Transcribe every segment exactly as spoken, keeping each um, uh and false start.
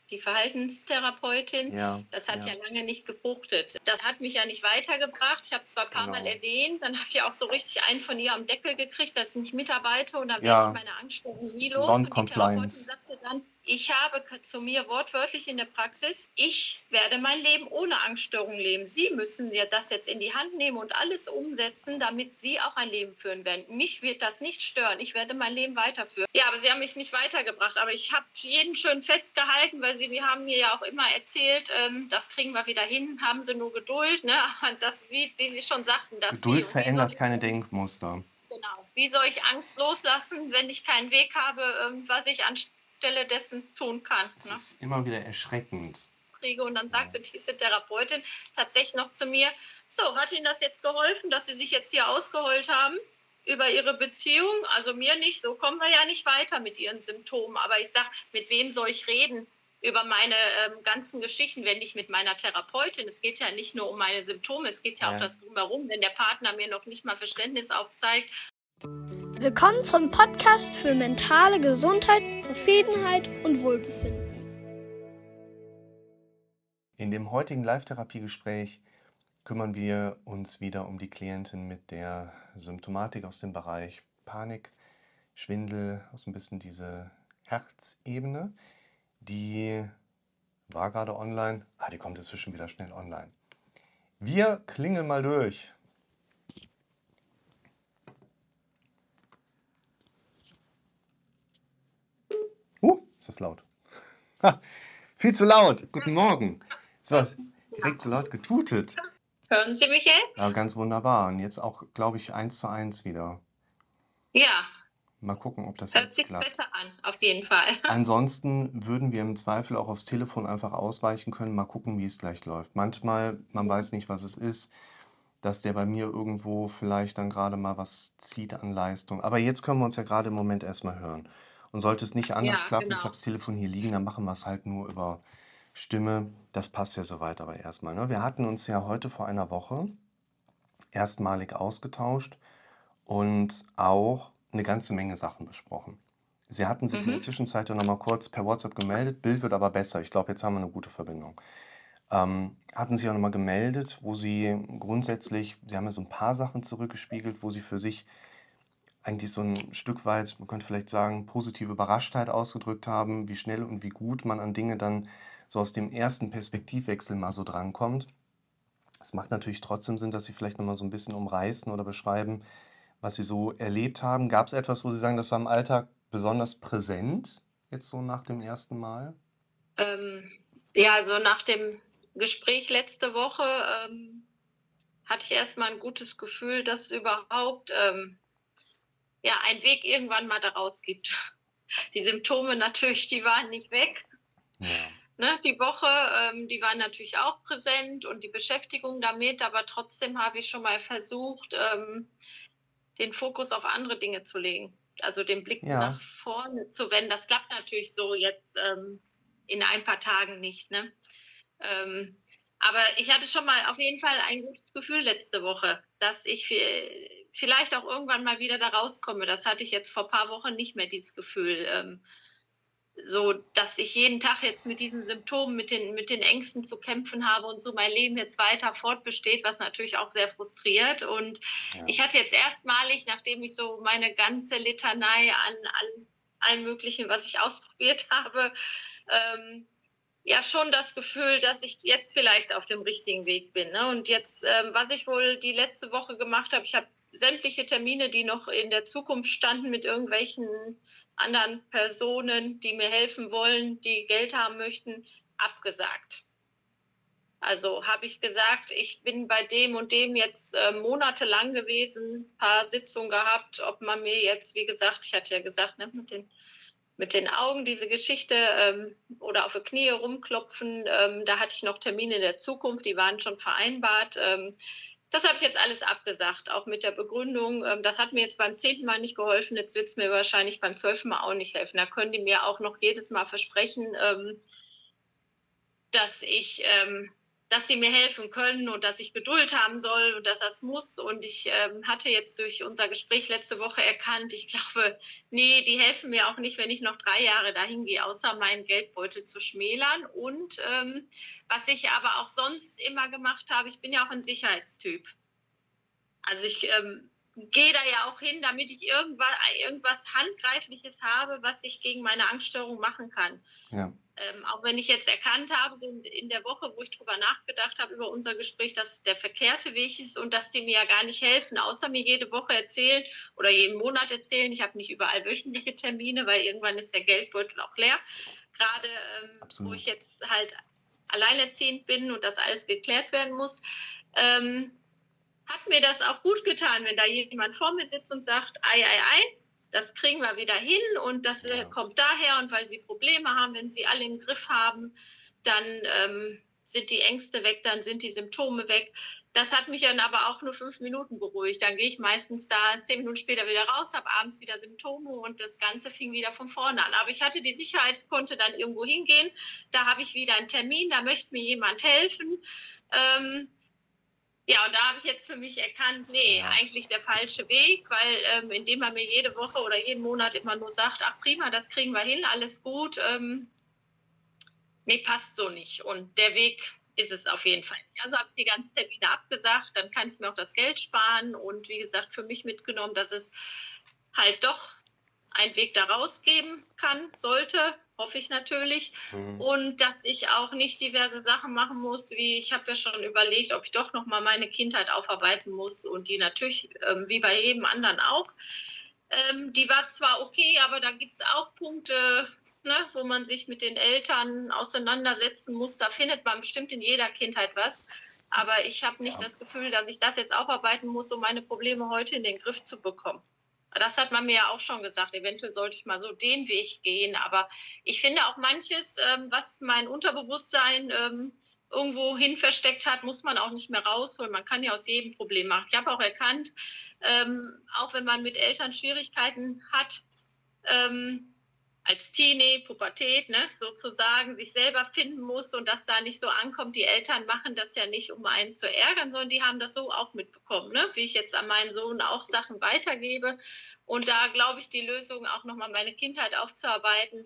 die Verhaltenstherapeutin. Ja, Das hat ja. ja lange nicht gefruchtet. Das hat mich ja nicht weitergebracht. Ich habe es zwar ein paar Genau. Mal erwähnt, dann habe ich ja auch so richtig einen von ihr am Deckel gekriegt, dass ich nicht mitarbeite und dann werde Ja, ich meine Angststörung das nie los. Und die Therapeutin Non-Compliance. sagte dann, ich habe k- zu mir wortwörtlich in der Praxis, ich werde mein Leben ohne Angststörung leben. Sie müssen ja das jetzt in die Hand nehmen und alles umsetzen, damit Sie auch ein Leben führen werden. Mich wird das nicht stören. Ich werde mein Leben weiterführen. Ja, aber Sie haben mich nicht weitergebracht. Aber ich habe jeden schön festgehalten, weil Sie wir haben mir ja auch immer erzählt, ähm, das kriegen wir wieder hin, haben Sie nur Geduld. Ne? Das, wie, wie Sie schon sagten, das Geduld wie, und wie soll verändert ich, keine Denkmuster. genau, wie soll ich Angst loslassen, wenn ich keinen Weg habe, ähm, was ich anstelle dessen tun kann. Es Ne? ist immer wieder erschreckend. Kriege. Und dann sagte diese Therapeutin tatsächlich noch zu mir, so, hat Ihnen das jetzt geholfen, dass Sie sich jetzt hier ausgeheult haben über Ihre Beziehung? Also mir nicht, so kommen wir ja nicht weiter mit Ihren Symptomen. Aber ich sage, mit wem soll ich reden über meine ähm, ganzen Geschichten, wenn nicht mit meiner Therapeutin? Es geht ja nicht nur um meine Symptome, es geht ja, ja. auch das Drumherum, wenn der Partner mir noch nicht mal Verständnis aufzeigt. Willkommen zum Podcast für mentale Gesundheit, Zufriedenheit und Wohlbefinden. In dem heutigen Live-Therapie-Gespräch kümmern wir uns wieder um die Klientin mit der Symptomatik aus dem Bereich Panik, Schwindel, aus ein bisschen diese Herzebene. Die war gerade online. Ah, die kommt inzwischen wieder schnell online. Wir klingeln mal durch. Uh, ist das laut. Ha, viel zu laut. Guten Morgen. So, direkt so laut getutet. Hören Sie mich jetzt? Ja, ganz wunderbar. Und jetzt auch, glaube ich, eins zu eins wieder. Ja. Mal gucken, ob das Hört jetzt sich klappt. besser an, auf jeden Fall. Ansonsten würden wir im Zweifel auch aufs Telefon einfach ausweichen können. Mal gucken, wie es gleich läuft. Manchmal, man weiß nicht, was es ist, dass der bei mir irgendwo vielleicht dann gerade mal was zieht an Leistung. Aber jetzt können wir uns ja gerade im Moment erstmal hören. Und sollte es nicht anders Ja, klappen, genau. ich habe das Telefon hier liegen, dann machen wir es halt nur über Stimme. Das passt ja soweit aber erstmal. Ne? Wir hatten uns ja heute vor einer Woche erstmalig ausgetauscht und auch eine ganze Menge Sachen besprochen. Sie hatten sich mhm. in der Zwischenzeit ja noch mal kurz per WhatsApp gemeldet. Bild wird aber besser. Ich glaube, jetzt haben wir eine gute Verbindung. Ähm, hatten sich auch noch mal gemeldet, wo Sie grundsätzlich, Sie haben ja so ein paar Sachen zurückgespiegelt, wo Sie für sich eigentlich so ein Stück weit, man könnte vielleicht sagen, positive Überraschtheit ausgedrückt haben, wie schnell und wie gut man an Dinge dann so aus dem ersten Perspektivwechsel mal so drankommt. Es macht natürlich trotzdem Sinn, dass Sie vielleicht noch mal so ein bisschen umreißen oder beschreiben, was Sie so erlebt haben. Gab es etwas, wo Sie sagen, das war im Alltag besonders präsent, jetzt so nach dem ersten Mal? Ähm, ja, so nach dem Gespräch letzte Woche ähm, hatte ich erstmal ein gutes Gefühl, dass es überhaupt ähm, ja, einen Weg irgendwann mal daraus gibt. Die Symptome natürlich, die waren nicht weg. Ja. Ne, die Woche, ähm, die waren natürlich auch präsent und die Beschäftigung damit, aber trotzdem habe ich schon mal versucht, ähm, den Fokus auf andere Dinge zu legen. Also den Blick ja. nach vorne zu wenden. Das klappt natürlich so jetzt ähm, in ein paar Tagen nicht. Ne? Ähm, aber ich hatte schon mal auf jeden Fall ein gutes Gefühl letzte Woche, dass ich vielleicht auch irgendwann mal wieder da rauskomme. Das hatte ich jetzt vor ein paar Wochen nicht mehr, dieses Gefühl. Ähm, so, dass ich jeden Tag jetzt mit diesen Symptomen, mit den, mit den Ängsten zu kämpfen habe und so mein Leben jetzt weiter fortbesteht, was natürlich auch sehr frustriert. Und ja. ich hatte jetzt erstmalig, nachdem ich so meine ganze Litanei an, an allem Möglichen, was ich ausprobiert habe, ähm, ja schon das Gefühl, dass ich jetzt vielleicht auf dem richtigen Weg bin. Ne? Und jetzt, ähm, was ich wohl die letzte Woche gemacht habe, ich habe sämtliche Termine, die noch in der Zukunft standen, mit irgendwelchen anderen Personen, die mir helfen wollen, die Geld haben möchten, abgesagt. Also habe ich gesagt, ich bin bei dem und dem jetzt äh, monatelang gewesen, ein paar Sitzungen gehabt, ob man mir jetzt, wie gesagt, ich hatte ja gesagt, ne, mit den mit den Augen diese Geschichte ähm, oder auf die Knie rumklopfen, ähm, da hatte ich noch Termine in der Zukunft, die waren schon vereinbart. Ähm, das habe ich jetzt alles abgesagt, auch mit der Begründung, ähm, das hat mir jetzt beim zehnten Mal nicht geholfen, jetzt wird es mir wahrscheinlich beim zwölften Mal auch nicht helfen. Da können die mir auch noch jedes Mal versprechen, ähm, dass ich ähm, dass sie mir helfen können und dass ich Geduld haben soll und dass das muss. Und ich ähm, hatte jetzt durch unser Gespräch letzte Woche erkannt, ich glaube, nee, die helfen mir auch nicht, wenn ich noch drei Jahre dahin gehe, außer meinen Geldbeutel zu schmälern. Und ähm, was ich aber auch sonst immer gemacht habe, ich bin ja auch ein Sicherheitstyp. Also ich ähm, gehe da ja auch hin, damit ich irgendwas, irgendwas Handgreifliches habe, was ich gegen meine Angststörung machen kann. Ja. Ähm, auch wenn ich jetzt erkannt habe, so in der Woche, wo ich drüber nachgedacht habe über unser Gespräch, dass es der verkehrte Weg ist und dass die mir ja gar nicht helfen, außer mir jede Woche erzählen oder jeden Monat erzählen. Ich habe nicht überall wöchentliche Termine, weil irgendwann ist der Geldbeutel auch leer. Gerade ähm, wo ich jetzt halt alleinerziehend bin und das alles geklärt werden muss, ähm, hat mir das auch gut getan, wenn da jemand vor mir sitzt und sagt, ei, ei, ei, das kriegen wir wieder hin und das äh, kommt daher und weil sie Probleme haben, wenn sie alle im Griff haben, dann ähm, sind die Ängste weg, dann sind die Symptome weg. Das hat mich dann aber auch nur fünf Minuten beruhigt. Dann gehe ich meistens da zehn Minuten später wieder raus, habe abends wieder Symptome und das Ganze fing wieder von vorne an. Aber ich hatte die Sicherheit, konnte dann irgendwo hingehen, da habe ich wieder einen Termin, da möchte mir jemand helfen. Ähm, Ja, und da habe ich jetzt für mich erkannt, nee, Ja. eigentlich der falsche Weg, weil ähm, indem man mir jede Woche oder jeden Monat immer nur sagt, ach prima, das kriegen wir hin, alles gut, ähm, nee, passt so nicht. Und der Weg ist es auf jeden Fall nicht. Also habe ich die ganzen Termine abgesagt, dann kann ich mir auch das Geld sparen und wie gesagt, für mich mitgenommen, dass es halt doch einen Weg da rausgeben kann, sollte, hoffe ich natürlich. Mhm. Und dass ich auch nicht diverse Sachen machen muss, wie ich habe ja schon überlegt, ob ich doch nochmal meine Kindheit aufarbeiten muss und die natürlich, ähm, wie bei jedem anderen auch. Ähm, die war zwar okay, aber da gibt es auch Punkte, ne, wo man sich mit den Eltern auseinandersetzen muss. Da findet man bestimmt in jeder Kindheit was. Aber ich habe nicht Ja. das Gefühl, dass ich das jetzt aufarbeiten muss, um meine Probleme heute in den Griff zu bekommen. Das hat man mir ja auch schon gesagt. Eventuell sollte ich mal so den Weg gehen. Aber ich finde auch manches, ähm, was mein Unterbewusstsein ähm, irgendwo hin versteckt hat, muss man auch nicht mehr rausholen. Man kann ja aus jedem Problem machen. Ich habe auch erkannt, ähm, auch wenn man mit Eltern Schwierigkeiten hat, ähm, als Teenie, Pubertät, ne, sozusagen, sich selber finden muss und das da nicht so ankommt. Die Eltern machen das ja nicht, um einen zu ärgern, sondern die haben das so auch mitbekommen, ne? Wie ich jetzt an meinen Sohn auch Sachen weitergebe. Und da glaube ich, die Lösung auch nochmal meine Kindheit aufzuarbeiten.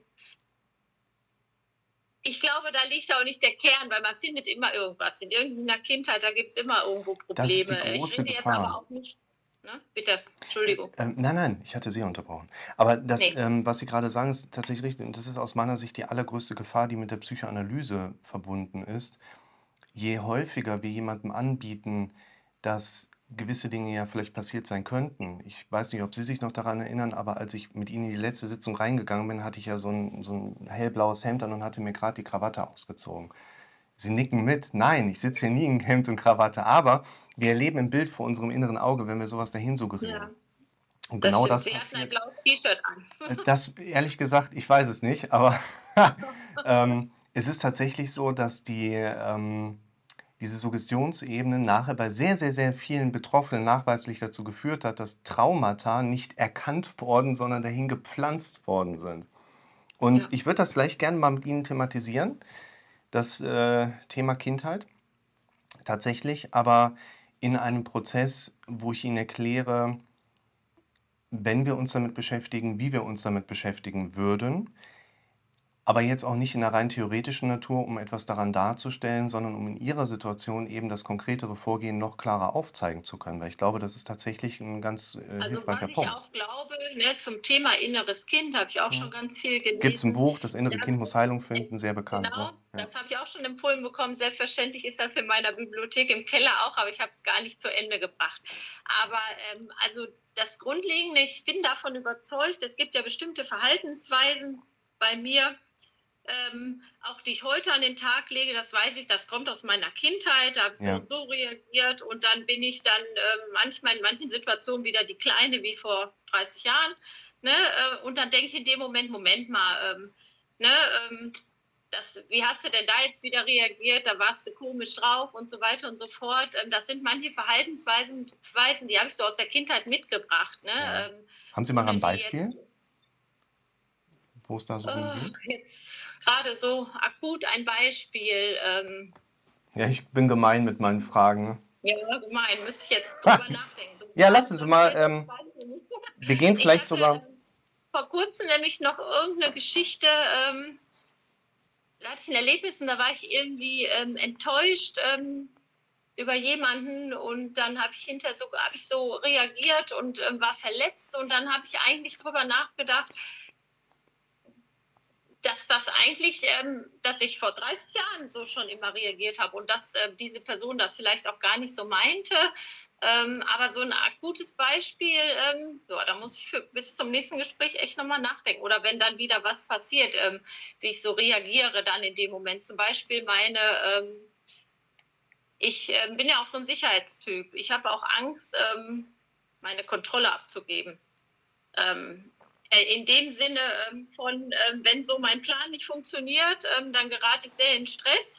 Ich glaube, da liegt auch nicht der Kern, weil man findet immer irgendwas. In irgendeiner Kindheit, da gibt es immer irgendwo Probleme. Das ist die Ich große rede jetzt Gefahr. aber auch nicht. Ne? Bitte, Entschuldigung. Ähm, nein, nein, ich hatte Sie unterbrochen. Aber das, Nee. ähm, was Sie gerade sagen, ist tatsächlich richtig. Und das ist aus meiner Sicht die allergrößte Gefahr, die mit der Psychoanalyse verbunden ist. Je häufiger wir jemandem anbieten, dass gewisse Dinge ja vielleicht passiert sein könnten. Ich weiß nicht, ob Sie sich noch daran erinnern, aber als ich mit Ihnen in die letzte Sitzung reingegangen bin, hatte ich ja so ein, so ein hellblaues Hemd an und hatte mir gerade die Krawatte ausgezogen. Sie nicken mit. Nein, ich sitze hier nie in Hemd und Krawatte, aber wir erleben ein Bild vor unserem inneren Auge, wenn wir sowas dahin suggerieren. Ja, Und das genau stimmt. das Sie hatten ein passiert. blaues T-Shirt an. Äh, Das, ehrlich gesagt, ich weiß es nicht, aber ähm, es ist tatsächlich so, dass die, ähm, diese Suggestionsebene nachher bei sehr, sehr, sehr vielen Betroffenen nachweislich dazu geführt hat, dass Traumata nicht erkannt worden, sondern dahin gepflanzt worden sind. Und Ja. ich würde das vielleicht gerne mal mit Ihnen thematisieren, das äh, Thema Kindheit tatsächlich, aber in einem Prozess, wo ich Ihnen erkläre, wenn wir uns damit beschäftigen, wie wir uns damit beschäftigen würden, aber jetzt auch nicht in der rein theoretischen Natur, um etwas daran darzustellen, sondern um in Ihrer Situation eben das konkretere Vorgehen noch klarer aufzeigen zu können, weil ich glaube, das ist tatsächlich ein ganz äh, Also hilfreicher was ich Punkt. auch glaube, ne, zum Thema inneres Kind habe ich auch schon Mhm. ganz viel Gibt es ein gelesen. Buch, Das innere Kind Das, muss Heilung finden, sehr bekannt. genau, Ne? Ja. das habe ich auch schon empfohlen bekommen. Selbstverständlich ist das in meiner Bibliothek im Keller auch, aber ich habe es gar nicht zu Ende gebracht. Aber ähm, also das Grundlegende, ich bin davon überzeugt, es gibt ja bestimmte Verhaltensweisen bei mir, ähm, auch die ich heute an den Tag lege, das weiß ich, das kommt aus meiner Kindheit, da habe ich so Ja. und so reagiert und dann bin ich dann ähm, manchmal in manchen Situationen wieder die Kleine wie vor dreißig Jahren, ne? Äh, und dann denke ich in dem Moment, Moment mal, ähm, ne, ähm, das, wie hast du denn da jetzt wieder reagiert, da warst du komisch drauf und so weiter und so fort. Ähm, das sind manche Verhaltensweisen, Weisen, die habe ich so aus der Kindheit mitgebracht. Ne? Ja. Ähm, Haben Sie mal ohne ein die Beispiel, jetzt, wo es da so äh, rumgeht? jetzt gerade so akut ein Beispiel. Ähm, Ja, ich bin gemein mit meinen Fragen. Ne? Ja, gemein, müsste ich jetzt drüber nachdenken. So Ja, gerade lassen Sie so mal, schnell ähm, weiß ich nicht. wir gehen Ich vielleicht hatte sogar. ähm, vor kurzem nämlich noch irgendeine Geschichte, ähm, da hatte ich ein Erlebnis und da war ich irgendwie ähm, enttäuscht ähm, über jemanden und dann habe ich hinterher so, habe ich so reagiert und ähm, war verletzt und dann habe ich eigentlich drüber nachgedacht, dass das eigentlich, ähm, dass ich vor dreißig Jahren so schon immer reagiert habe und dass äh, diese Person das vielleicht auch gar nicht so meinte. Ähm, aber so ein akutes Beispiel, ähm, ja, da muss ich für, bis zum nächsten Gespräch echt nochmal nachdenken. Oder wenn dann wieder was passiert, ähm, wie ich so reagiere dann in dem Moment. Zum Beispiel meine, ähm, ich äh, bin ja auch so ein Sicherheitstyp. Ich habe auch Angst, ähm, meine Kontrolle abzugeben. Ähm, in dem Sinne ähm, von, ähm, wenn so mein Plan nicht funktioniert, ähm, dann gerate ich sehr in Stress.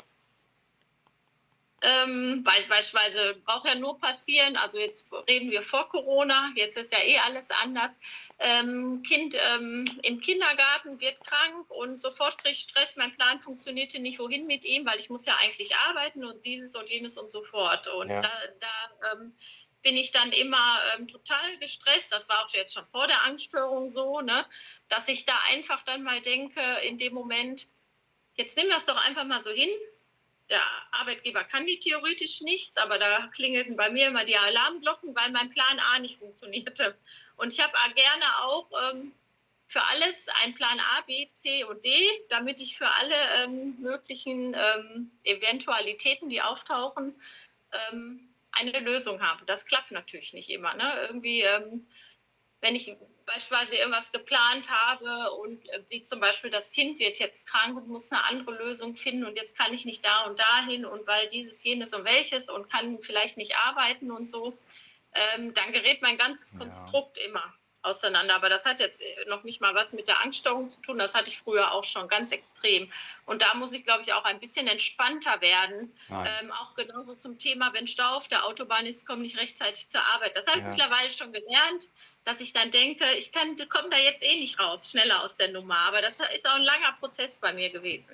Ähm, beispielsweise braucht ja nur passieren, also jetzt reden wir vor Corona, jetzt ist ja eh alles anders. Ähm, Kind ähm, im Kindergarten wird krank und sofort kriege ich Stress, mein Plan funktionierte nicht, wohin mit ihm, weil ich muss ja eigentlich arbeiten und dieses und jenes und so fort. Und Ja. da, da ähm, bin ich dann immer ähm, total gestresst, das war auch jetzt schon vor der Angststörung so, ne, dass ich da einfach dann mal denke, in dem Moment, jetzt nimm das doch einfach mal so hin. Der Arbeitgeber kann die theoretisch nichts, aber da klingelten bei mir immer die Alarmglocken, weil mein Plan A nicht funktionierte. Und ich habe gerne auch ähm, für alles einen Plan A, B, C und D, damit ich für alle ähm, möglichen ähm, Eventualitäten, die auftauchen, ähm, eine Lösung habe. Das klappt natürlich nicht immer. Ne? Irgendwie, ähm, wenn ich beispielsweise irgendwas geplant habe und äh, wie zum Beispiel das Kind wird jetzt krank und muss eine andere Lösung finden und jetzt kann ich nicht da und dahin und weil dieses, jenes und welches und kann vielleicht nicht arbeiten und so, ähm, dann gerät mein ganzes Konstrukt ja. immer auseinander. Aber das hat jetzt noch nicht mal was mit der Angststörung zu tun. Das hatte ich früher auch schon ganz extrem. Und da muss ich, glaube ich, auch ein bisschen entspannter werden. Ähm, auch genauso zum Thema, wenn Stau auf der Autobahn ist, komme ich rechtzeitig zur Arbeit. Das habe ich ja. mittlerweile schon gelernt, dass ich dann denke, ich kann, komme da jetzt eh nicht raus, schneller aus der Nummer. Aber das ist auch ein langer Prozess bei mir gewesen.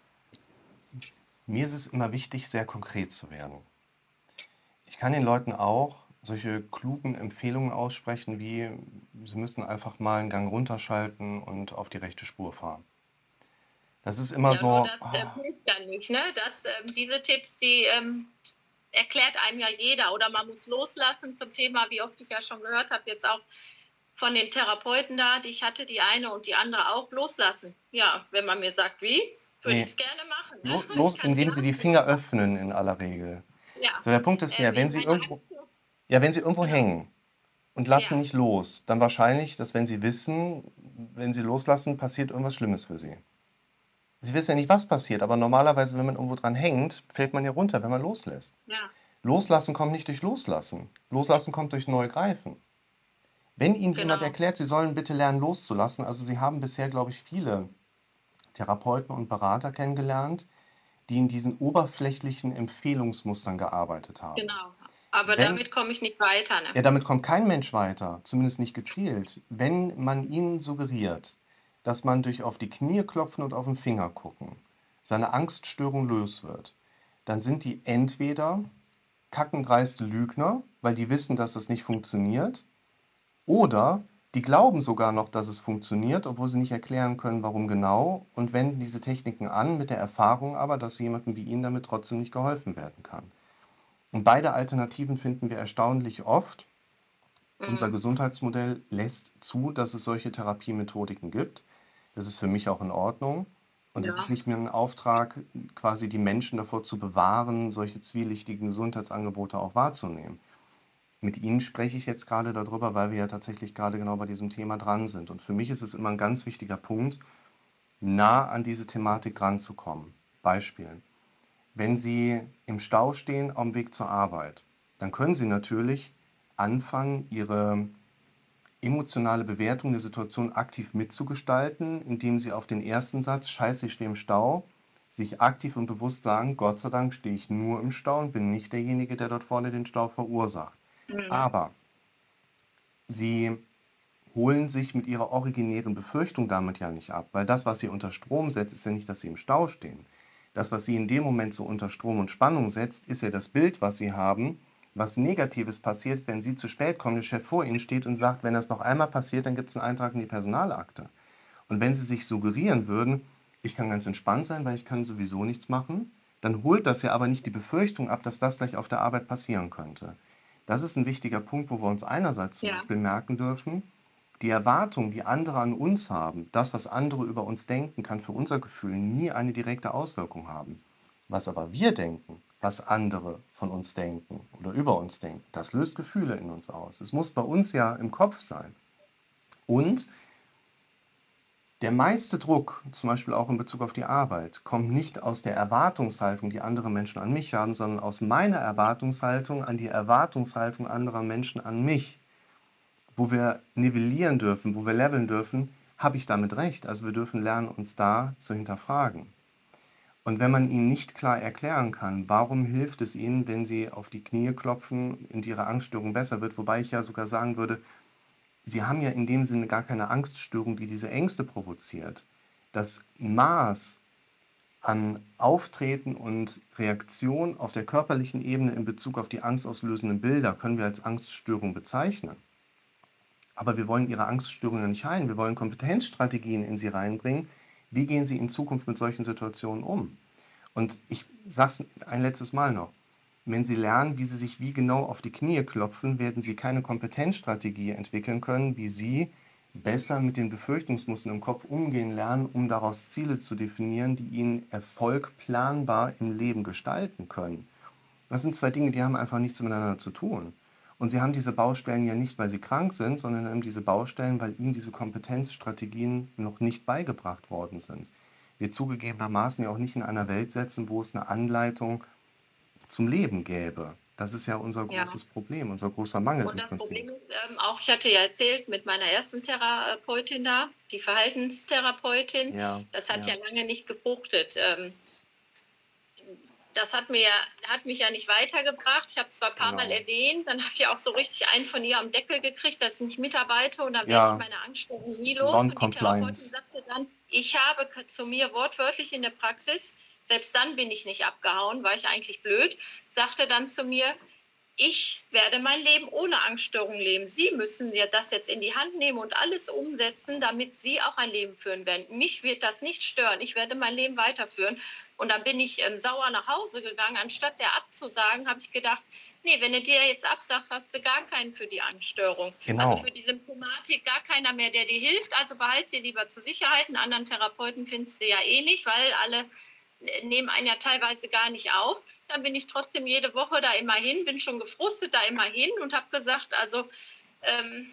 Mir ist es immer wichtig, sehr konkret zu werden. Ich kann den Leuten auch solche klugen Empfehlungen aussprechen, wie sie müssen einfach mal einen Gang runterschalten und auf die rechte Spur fahren. Das ist immer ja, so. Das äh, hilft dann nicht, ne? Das, äh, diese Tipps, die ähm, erklärt einem ja jeder. Oder man muss loslassen zum Thema, wie oft ich ja schon gehört habe, jetzt auch von den Therapeuten da, die ich hatte, die eine und die andere auch, loslassen. Ja, wenn man mir sagt, wie, würde nee. ich es gerne machen. Ne? Los, indem sie die Finger öffnen in aller Regel. Ja. So, der Punkt ist der, äh, wenn, sie irgendwo, ja, wenn sie irgendwo genau. hängen und lassen ja. nicht los, dann wahrscheinlich, dass wenn sie wissen, wenn sie loslassen, passiert irgendwas Schlimmes für sie. Sie wissen ja nicht, was passiert, aber normalerweise, wenn man irgendwo dran hängt, fällt man ja runter, wenn man loslässt. Ja. Loslassen kommt nicht durch Loslassen. Loslassen kommt durch Neugreifen. Wenn Ihnen genau. jemand erklärt, Sie sollen bitte lernen loszulassen, also Sie haben bisher, glaube ich, viele Therapeuten und Berater kennengelernt, die in diesen oberflächlichen Empfehlungsmustern gearbeitet haben. Genau, aber wenn, damit komme ich nicht weiter. Ne? Ja, damit kommt kein Mensch weiter, zumindest nicht gezielt. Wenn man Ihnen suggeriert, dass man durch auf die Knie klopfen und auf den Finger gucken seine Angststörung los wird, dann sind die entweder kackendreiste Lügner, weil die wissen, dass das nicht funktioniert, oder die glauben sogar noch, dass es funktioniert, obwohl sie nicht erklären können, warum genau, und wenden diese Techniken an, mit der Erfahrung aber, dass jemandem wie Ihnen damit trotzdem nicht geholfen werden kann. Und beide Alternativen finden wir erstaunlich oft. Mhm. Unser Gesundheitsmodell lässt zu, dass es solche Therapiemethodiken gibt. Das ist für mich auch in Ordnung. Und ja. es ist nicht mehr ein Auftrag, quasi die Menschen davor zu bewahren, solche zwielichtigen Gesundheitsangebote auch wahrzunehmen. Mit Ihnen spreche ich jetzt gerade darüber, weil wir ja tatsächlich gerade genau bei diesem Thema dran sind. Und für mich ist es immer ein ganz wichtiger Punkt, nah an diese Thematik ranzukommen. Beispiel: Wenn Sie im Stau stehen auf dem Weg zur Arbeit, dann können Sie natürlich anfangen, Ihre emotionale Bewertung der Situation aktiv mitzugestalten, indem Sie auf den ersten Satz, Scheiße, ich stehe im Stau, sich aktiv und bewusst sagen, Gott sei Dank stehe ich nur im Stau und bin nicht derjenige, der dort vorne den Stau verursacht. Mhm. Aber Sie holen sich mit Ihrer originären Befürchtung damit ja nicht ab, weil das, was Sie unter Strom setzt, ist ja nicht, dass Sie im Stau stehen. Das, was Sie in dem Moment so unter Strom und Spannung setzt, ist ja das Bild, was Sie haben, was Negatives passiert, wenn Sie zu spät kommen, der Chef vor Ihnen steht und sagt, wenn das noch einmal passiert, dann gibt es einen Eintrag in die Personalakte. Und wenn Sie sich suggerieren würden, ich kann ganz entspannt sein, weil ich kann sowieso nichts machen, dann holt das ja aber nicht die Befürchtung ab, dass das gleich auf der Arbeit passieren könnte. Das ist ein wichtiger Punkt, wo wir uns einerseits zum Ja. Beispiel merken dürfen, die Erwartung, die andere an uns haben, das, was andere über uns denken, kann für unser Gefühl nie eine direkte Auswirkung haben. Was aber wir denken, was andere von uns denken oder über uns denken, das löst Gefühle in uns aus. Es muss bei uns ja im Kopf sein. Und der meiste Druck, zum Beispiel auch in Bezug auf die Arbeit, kommt nicht aus der Erwartungshaltung, die andere Menschen an mich haben, sondern aus meiner Erwartungshaltung an die Erwartungshaltung anderer Menschen an mich. Wo wir nivellieren dürfen, wo wir leveln dürfen, habe ich damit recht. Also wir dürfen lernen, uns da zu hinterfragen. Und wenn man ihnen nicht klar erklären kann, warum hilft es ihnen, wenn sie auf die Knie klopfen und ihre Angststörung besser wird, wobei ich ja sogar sagen würde, sie haben ja in dem Sinne gar keine Angststörung, die diese Ängste provoziert. Das Maß an Auftreten und Reaktion auf der körperlichen Ebene in Bezug auf die angstauslösenden Bilder können wir als Angststörung bezeichnen. Aber wir wollen ihre Angststörungen ja nicht heilen. Wir wollen Kompetenzstrategien in sie reinbringen. Wie gehen sie in Zukunft mit solchen Situationen um? Und ich sage es ein letztes Mal noch. Wenn Sie lernen, wie Sie sich wie genau auf die Knie klopfen, werden Sie keine Kompetenzstrategie entwickeln können, wie Sie besser mit den Befürchtungsmustern im Kopf umgehen lernen, um daraus Ziele zu definieren, die Ihnen Erfolg planbar im Leben gestalten können. Das sind zwei Dinge, die haben einfach nichts miteinander zu tun. Und Sie haben diese Baustellen ja nicht, weil Sie krank sind, sondern haben diese Baustellen, weil Ihnen diese Kompetenzstrategien noch nicht beigebracht worden sind. Wir zugegebenermaßen ja auch nicht in einer Welt setzen, wo es eine Anleitung zum Leben gäbe. Das ist ja unser Ja. großes Problem, unser großer Mangel Und im das Prinzip. Problem ist ähm, auch, ich hatte ja erzählt mit meiner ersten Therapeutin da, die Verhaltenstherapeutin, Ja, das hat ja. ja lange nicht gefruchtet. Ähm, das hat, mir, hat mich ja nicht weitergebracht. Ich habe zwar ein paar Genau. Mal erwähnt, dann habe ich auch so richtig einen von ihr am Deckel gekriegt, dass ich nicht mitarbeite und dann Ja, werde ich meine Angststörung nie los. Und die Therapeutin Non-Compliance. sagte dann, ich habe k- zu mir wortwörtlich in der Praxis, selbst dann bin ich nicht abgehauen, war ich eigentlich blöd, sagte dann zu mir, ich werde mein Leben ohne Angststörung leben. Sie müssen ja das jetzt in die Hand nehmen und alles umsetzen, damit Sie auch ein Leben führen werden. Mich wird das nicht stören. Ich werde mein Leben weiterführen. Und dann bin ich ähm, sauer nach Hause gegangen. Anstatt der abzusagen, habe ich gedacht, nee, wenn du dir jetzt absagst, hast du gar keinen für die Angststörung. Genau. Also für die Symptomatik gar keiner mehr, der dir hilft. Also behalt sie lieber zur Sicherheit. Einen anderen Therapeuten findest du ja eh nicht, weil alle nehmen einen ja teilweise gar nicht auf. Dann bin ich trotzdem jede Woche da immer hin, bin schon gefrustet da immer hin und habe gesagt, also ähm,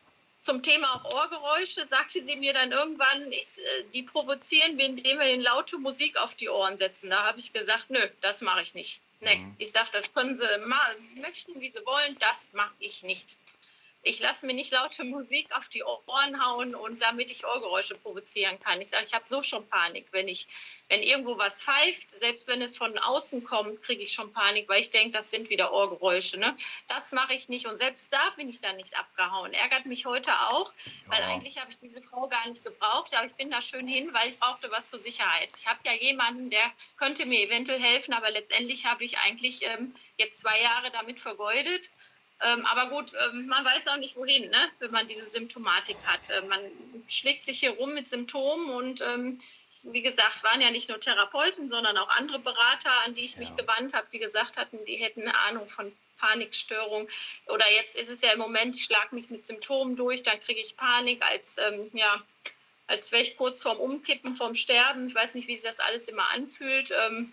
zum Thema auch Ohrgeräusche sagte sie mir dann irgendwann, ich, äh, die provozieren wir, indem wir ihnen laute Musik auf die Ohren setzen. Da habe ich gesagt, nö, das mache ich nicht. Nee, Mhm. ich sage, das können sie mal möchten, wie sie wollen, das mache ich nicht. Ich lasse mir nicht laute Musik auf die Ohren hauen und damit ich Ohrgeräusche provozieren kann. Ich sage, ich habe so schon Panik, wenn ich, wenn irgendwo was pfeift, selbst wenn es von außen kommt, kriege ich schon Panik, weil ich denke, das sind wieder Ohrgeräusche. Ne? Das mache ich nicht und selbst da bin ich dann nicht abgehauen. Ärgert mich heute auch, weil Ja. eigentlich habe ich diese Frau gar nicht gebraucht, aber ich bin da schön hin, weil ich brauchte was zur Sicherheit. Ich habe ja jemanden, der könnte mir eventuell helfen, aber letztendlich habe ich eigentlich ähm, jetzt zwei Jahre damit vergeudet. Ähm, aber gut, ähm, man weiß auch nicht wohin, ne? Wenn man diese Symptomatik hat. Äh, man schlägt sich hier rum mit Symptomen und ähm, wie gesagt, waren ja nicht nur Therapeuten, sondern auch andere Berater, an die ich mich Ja. gewandt habe, die gesagt hatten, die hätten eine Ahnung von Panikstörung. Oder jetzt ist es ja im Moment, ich schlage mich mit Symptomen durch, dann kriege ich Panik, als, ähm, ja, als wäre ich kurz vorm Umkippen, vorm Sterben. Ich weiß nicht, wie sich das alles immer anfühlt. Ähm,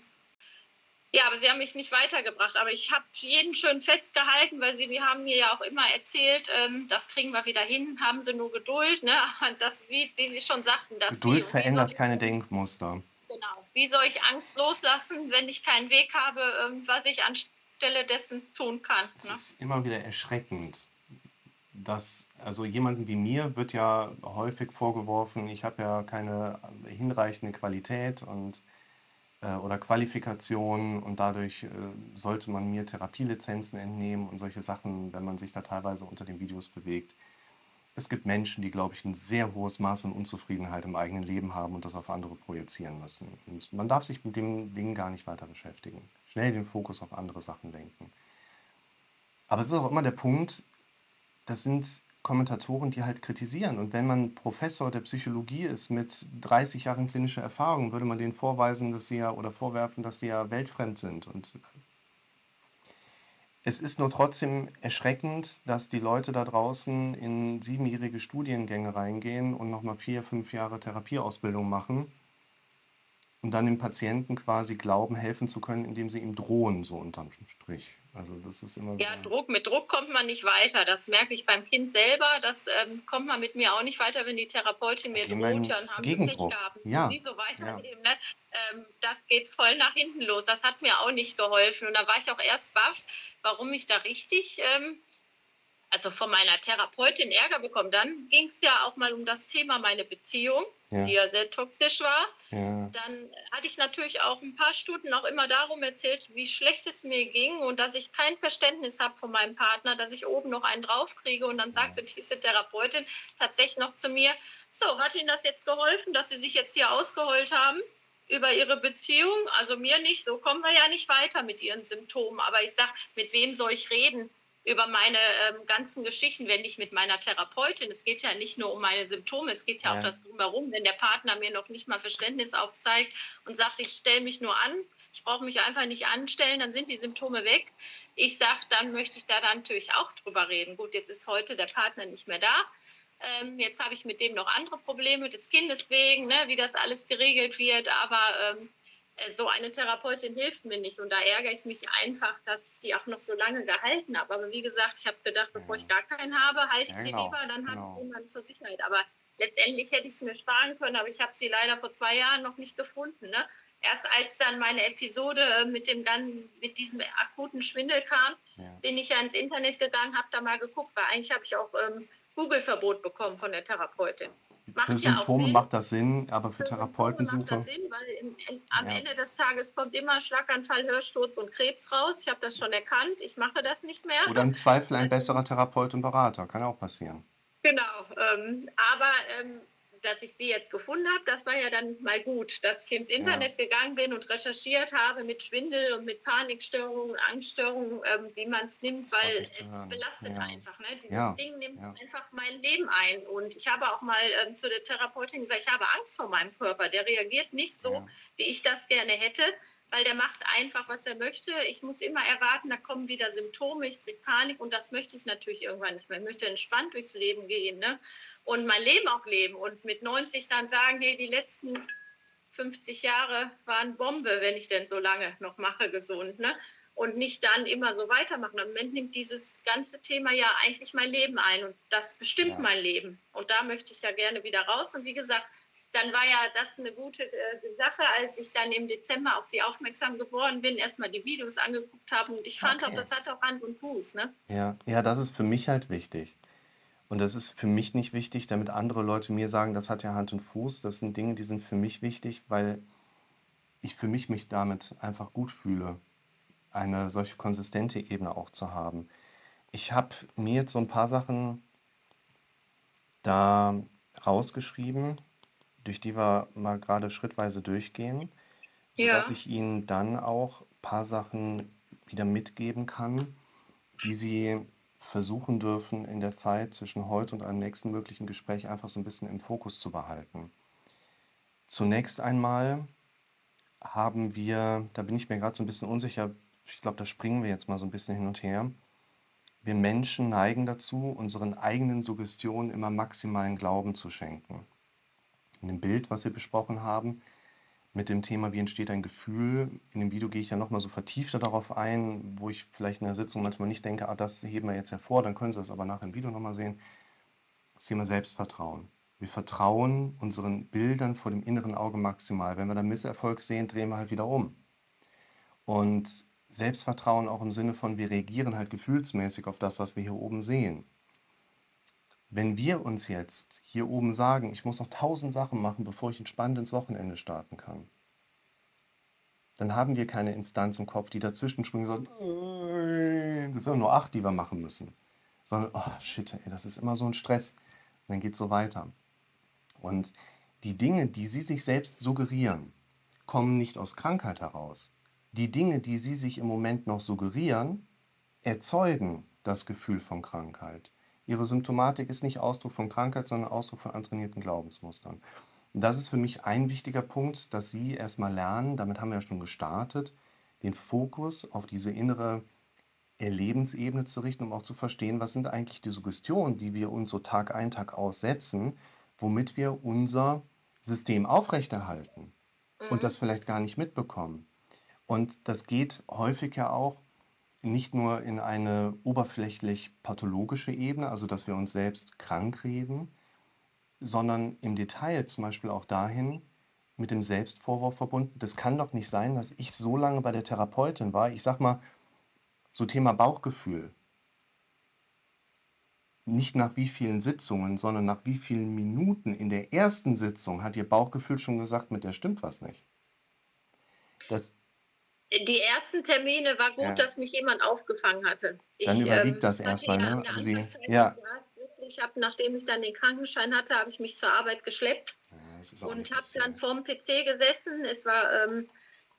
Ja, aber sie haben mich nicht weitergebracht. Aber ich habe jeden schön festgehalten, weil sie wir haben mir ja auch immer erzählt, ähm, das kriegen wir wieder hin, haben sie nur Geduld. Ne? Das, wie, wie Sie schon sagten, das Geduld wie, wie soll verändert ich, keine Denkmuster. genau, wie soll ich Angst loslassen, wenn ich keinen Weg habe, ähm, was ich anstelle dessen tun kann. Es Ne? ist immer wieder erschreckend, dass, also jemanden wie mir wird ja häufig vorgeworfen, ich habe ja keine hinreichende Qualität und äh, oder Qualifikation und dadurch äh, sollte man mir Therapielizenzen entnehmen und solche Sachen, wenn man sich da teilweise unter den Videos bewegt. es gibt Menschen, die, glaube ich, ein sehr hohes Maß an Unzufriedenheit im eigenen Leben haben und das auf andere projizieren müssen. Und man darf sich mit dem Ding gar nicht weiter beschäftigen. Schnell den Fokus auf andere Sachen lenken. Aber es ist auch immer der Punkt, das sind Kommentatoren, die halt kritisieren. Und wenn man Professor der Psychologie ist mit dreißig Jahren klinischer Erfahrung, würde man denen vorweisen, dass sie ja oder vorwerfen, dass sie ja weltfremd sind. Und es ist nur trotzdem erschreckend, dass die Leute da draußen in siebenjährige Studiengänge reingehen und nochmal vier, fünf Jahre Therapieausbildung machen und dann dem Patienten quasi glauben, helfen zu können, indem sie ihm drohen, so unterm Strich. Also das ist immer Ja, so. Druck, mit Druck kommt man nicht weiter. Das merke ich beim Kind selber. Das ähm, kommt man mit mir auch nicht weiter, wenn die Therapeutin mir Gehen wir in droht, ja, und haben sie Pech Gegendruck. gehabt, müssen Ja, sie so ja, weiterleben. Ne? Ähm, das geht voll nach hinten los. Das hat mir auch nicht geholfen. Und da war ich auch erst baff, warum ich da richtig, ähm, also von meiner Therapeutin Ärger bekommen. Dann ging es ja auch mal um das Thema meine Beziehung, die ja, ja sehr toxisch war. ja, Dann hatte ich natürlich auch ein paar Stunden auch immer darum erzählt, wie schlecht es mir ging und dass ich kein Verständnis habe von meinem Partner, dass ich oben noch einen draufkriege. Und dann sagte diese Therapeutin tatsächlich noch zu mir, so, hat Ihnen das jetzt geholfen, dass Sie sich jetzt hier ausgeheult haben über Ihre Beziehung? Also mir nicht, so kommen wir ja nicht weiter mit Ihren Symptomen. Aber ich sage, mit wem soll ich reden über meine ähm, ganzen Geschichten, wenn nicht mit meiner Therapeutin? Es geht ja nicht nur um meine Symptome, es geht ja, ja. auch das Drumherum. Wenn der Partner mir noch nicht mal Verständnis aufzeigt und sagt, ich stelle mich nur an, ich brauche mich einfach nicht anstellen, dann sind die Symptome weg. Ich sage, dann möchte ich da dann natürlich auch drüber reden. Gut, jetzt ist heute der Partner nicht mehr da. Ähm, jetzt habe ich mit dem noch andere Probleme des Kindes wegen, ne, wie das alles geregelt wird, aber ähm, so eine Therapeutin hilft mir nicht und da ärgere ich mich einfach, dass ich die auch noch so lange gehalten habe. Aber wie gesagt, ich habe gedacht, bevor ich gar keinen habe, halte ich ja, die genau, lieber, dann genau. habe ich jemanden zur Sicherheit. Aber letztendlich hätte ich es mir sparen können, aber ich habe sie leider vor zwei Jahren noch nicht gefunden. Ne? Erst als dann meine Episode mit, dem, mit diesem akuten Schwindel kam, ja. bin ich ja ins Internet gegangen, habe da mal geguckt, weil eigentlich habe ich auch ähm, Google-Verbot bekommen von der Therapeutin. Macht für Symptome ja macht das Sinn, aber für, für Therapeutensuche macht das Sinn, weil im, im, am ja. Ende des Tages kommt immer Schlaganfall, Hörsturz und Krebs raus. Ich habe das schon erkannt, ich mache das nicht mehr. Oder im Zweifel ein besserer Therapeut und Berater, kann auch passieren. Genau, ähm, aber ähm, dass ich sie jetzt gefunden habe, das war ja dann mal gut, dass ich ins Internet ja. gegangen bin und recherchiert habe mit Schwindel und mit Panikstörungen, Angststörungen, ähm, wie man es nimmt, das weil es belastet ja. einfach. Ne? Dieses ja. Ding nimmt ja. einfach mein Leben ein. Und ich habe auch mal ähm, zu der Therapeutin gesagt, ich habe Angst vor meinem Körper. Der reagiert nicht so, ja. wie ich das gerne hätte, weil der macht einfach, was er möchte. Ich muss immer erwarten, da kommen wieder Symptome, ich kriege Panik und das möchte ich natürlich irgendwann nicht mehr. Ich möchte entspannt durchs Leben gehen, ne? Und mein Leben auch leben und mit neunzig dann sagen, hey, die letzten fünfzig Jahre waren Bombe, wenn ich denn so lange noch mache, gesund, ne? Und nicht dann immer so weitermachen. Im Moment nimmt dieses ganze Thema ja eigentlich mein Leben ein und das bestimmt ja. mein Leben. Und da möchte ich ja gerne wieder raus. Und wie gesagt, dann war ja das eine gute äh, Sache, als ich dann im Dezember auf sie aufmerksam geworden bin, erstmal die Videos angeguckt habe und ich fand okay. auch, das hat auch Hand und Fuß. Ne? Ja. ja, das ist für mich halt wichtig. Und das ist für mich nicht wichtig, damit andere Leute mir sagen, das hat ja Hand und Fuß. Das sind Dinge, die sind für mich wichtig, weil ich für mich mich damit einfach gut fühle, eine solche konsistente Ebene auch zu haben. Ich habe mir jetzt so ein paar Sachen da rausgeschrieben, durch die wir mal gerade schrittweise durchgehen, sodass ja. ich Ihnen dann auch ein paar Sachen wieder mitgeben kann, die Sie versuchen dürfen, in der Zeit zwischen heute und einem nächsten möglichen Gespräch einfach so ein bisschen im Fokus zu behalten. Zunächst einmal haben wir, da bin ich mir gerade so ein bisschen unsicher, ich glaube, da springen wir jetzt mal so ein bisschen hin und her. Wir Menschen neigen dazu, unseren eigenen Suggestionen immer maximalen Glauben zu schenken. In dem Bild, was wir besprochen haben, mit dem Thema, wie entsteht ein Gefühl. In dem Video gehe ich ja nochmal so vertiefter darauf ein, wo ich vielleicht in der Sitzung manchmal nicht denke, ah, das heben wir jetzt hervor, dann können Sie das aber nachher im Video nochmal sehen. Das Thema Selbstvertrauen. Wir vertrauen unseren Bildern vor dem inneren Auge maximal. Wenn wir dann Misserfolg sehen, drehen wir halt wieder um. Und Selbstvertrauen auch im Sinne von, wir reagieren halt gefühlsmäßig auf das, was wir hier oben sehen. Wenn wir uns jetzt hier oben sagen, ich muss noch tausend Sachen machen, bevor ich entspannt ins Wochenende starten kann, dann haben wir keine Instanz im Kopf, die dazwischen springt und sagt, das sind nur acht, die wir machen müssen. Sondern, oh shit, ey, das ist immer so ein Stress. dann geht es so weiter. Und die Dinge, die Sie sich selbst suggerieren, kommen nicht aus Krankheit heraus. Die Dinge, die Sie sich im Moment noch suggerieren, erzeugen das Gefühl von Krankheit. Ihre Symptomatik ist nicht Ausdruck von Krankheit, sondern Ausdruck von antrainierten Glaubensmustern. Und das ist für mich ein wichtiger Punkt, dass Sie erstmal lernen, damit haben wir ja schon gestartet, den Fokus auf diese innere Erlebensebene zu richten, um auch zu verstehen, was sind eigentlich die Suggestionen, die wir uns so Tag ein, Tag aussetzen, womit wir unser System aufrechterhalten und Mhm. das vielleicht gar nicht mitbekommen. Und das geht häufig ja auch nicht nur in eine oberflächlich pathologische Ebene, also dass wir uns selbst krank reden, sondern im Detail zum Beispiel auch dahin mit dem Selbstvorwurf verbunden. Das kann doch nicht sein, dass ich so lange bei der Therapeutin war. Ich sag mal, so Thema Bauchgefühl. Nicht nach wie vielen Sitzungen, sondern nach wie vielen Minuten in der ersten Sitzung hat Ihr Bauchgefühl schon gesagt, mit der stimmt was nicht. Das, Die ersten Termine war gut, ja, dass mich jemand aufgefangen hatte. dann Ich überwiegt ähm, das hatte erstmal, ja ne? in der Aber Sie, Anfangszeit, ja, ich saß wirklich, ich habe, nachdem ich dann den Krankenschein hatte, habe ich mich zur Arbeit geschleppt Ja, das ist auch und nicht habe das Ziel. dann vorm P C gesessen. Es war ähm,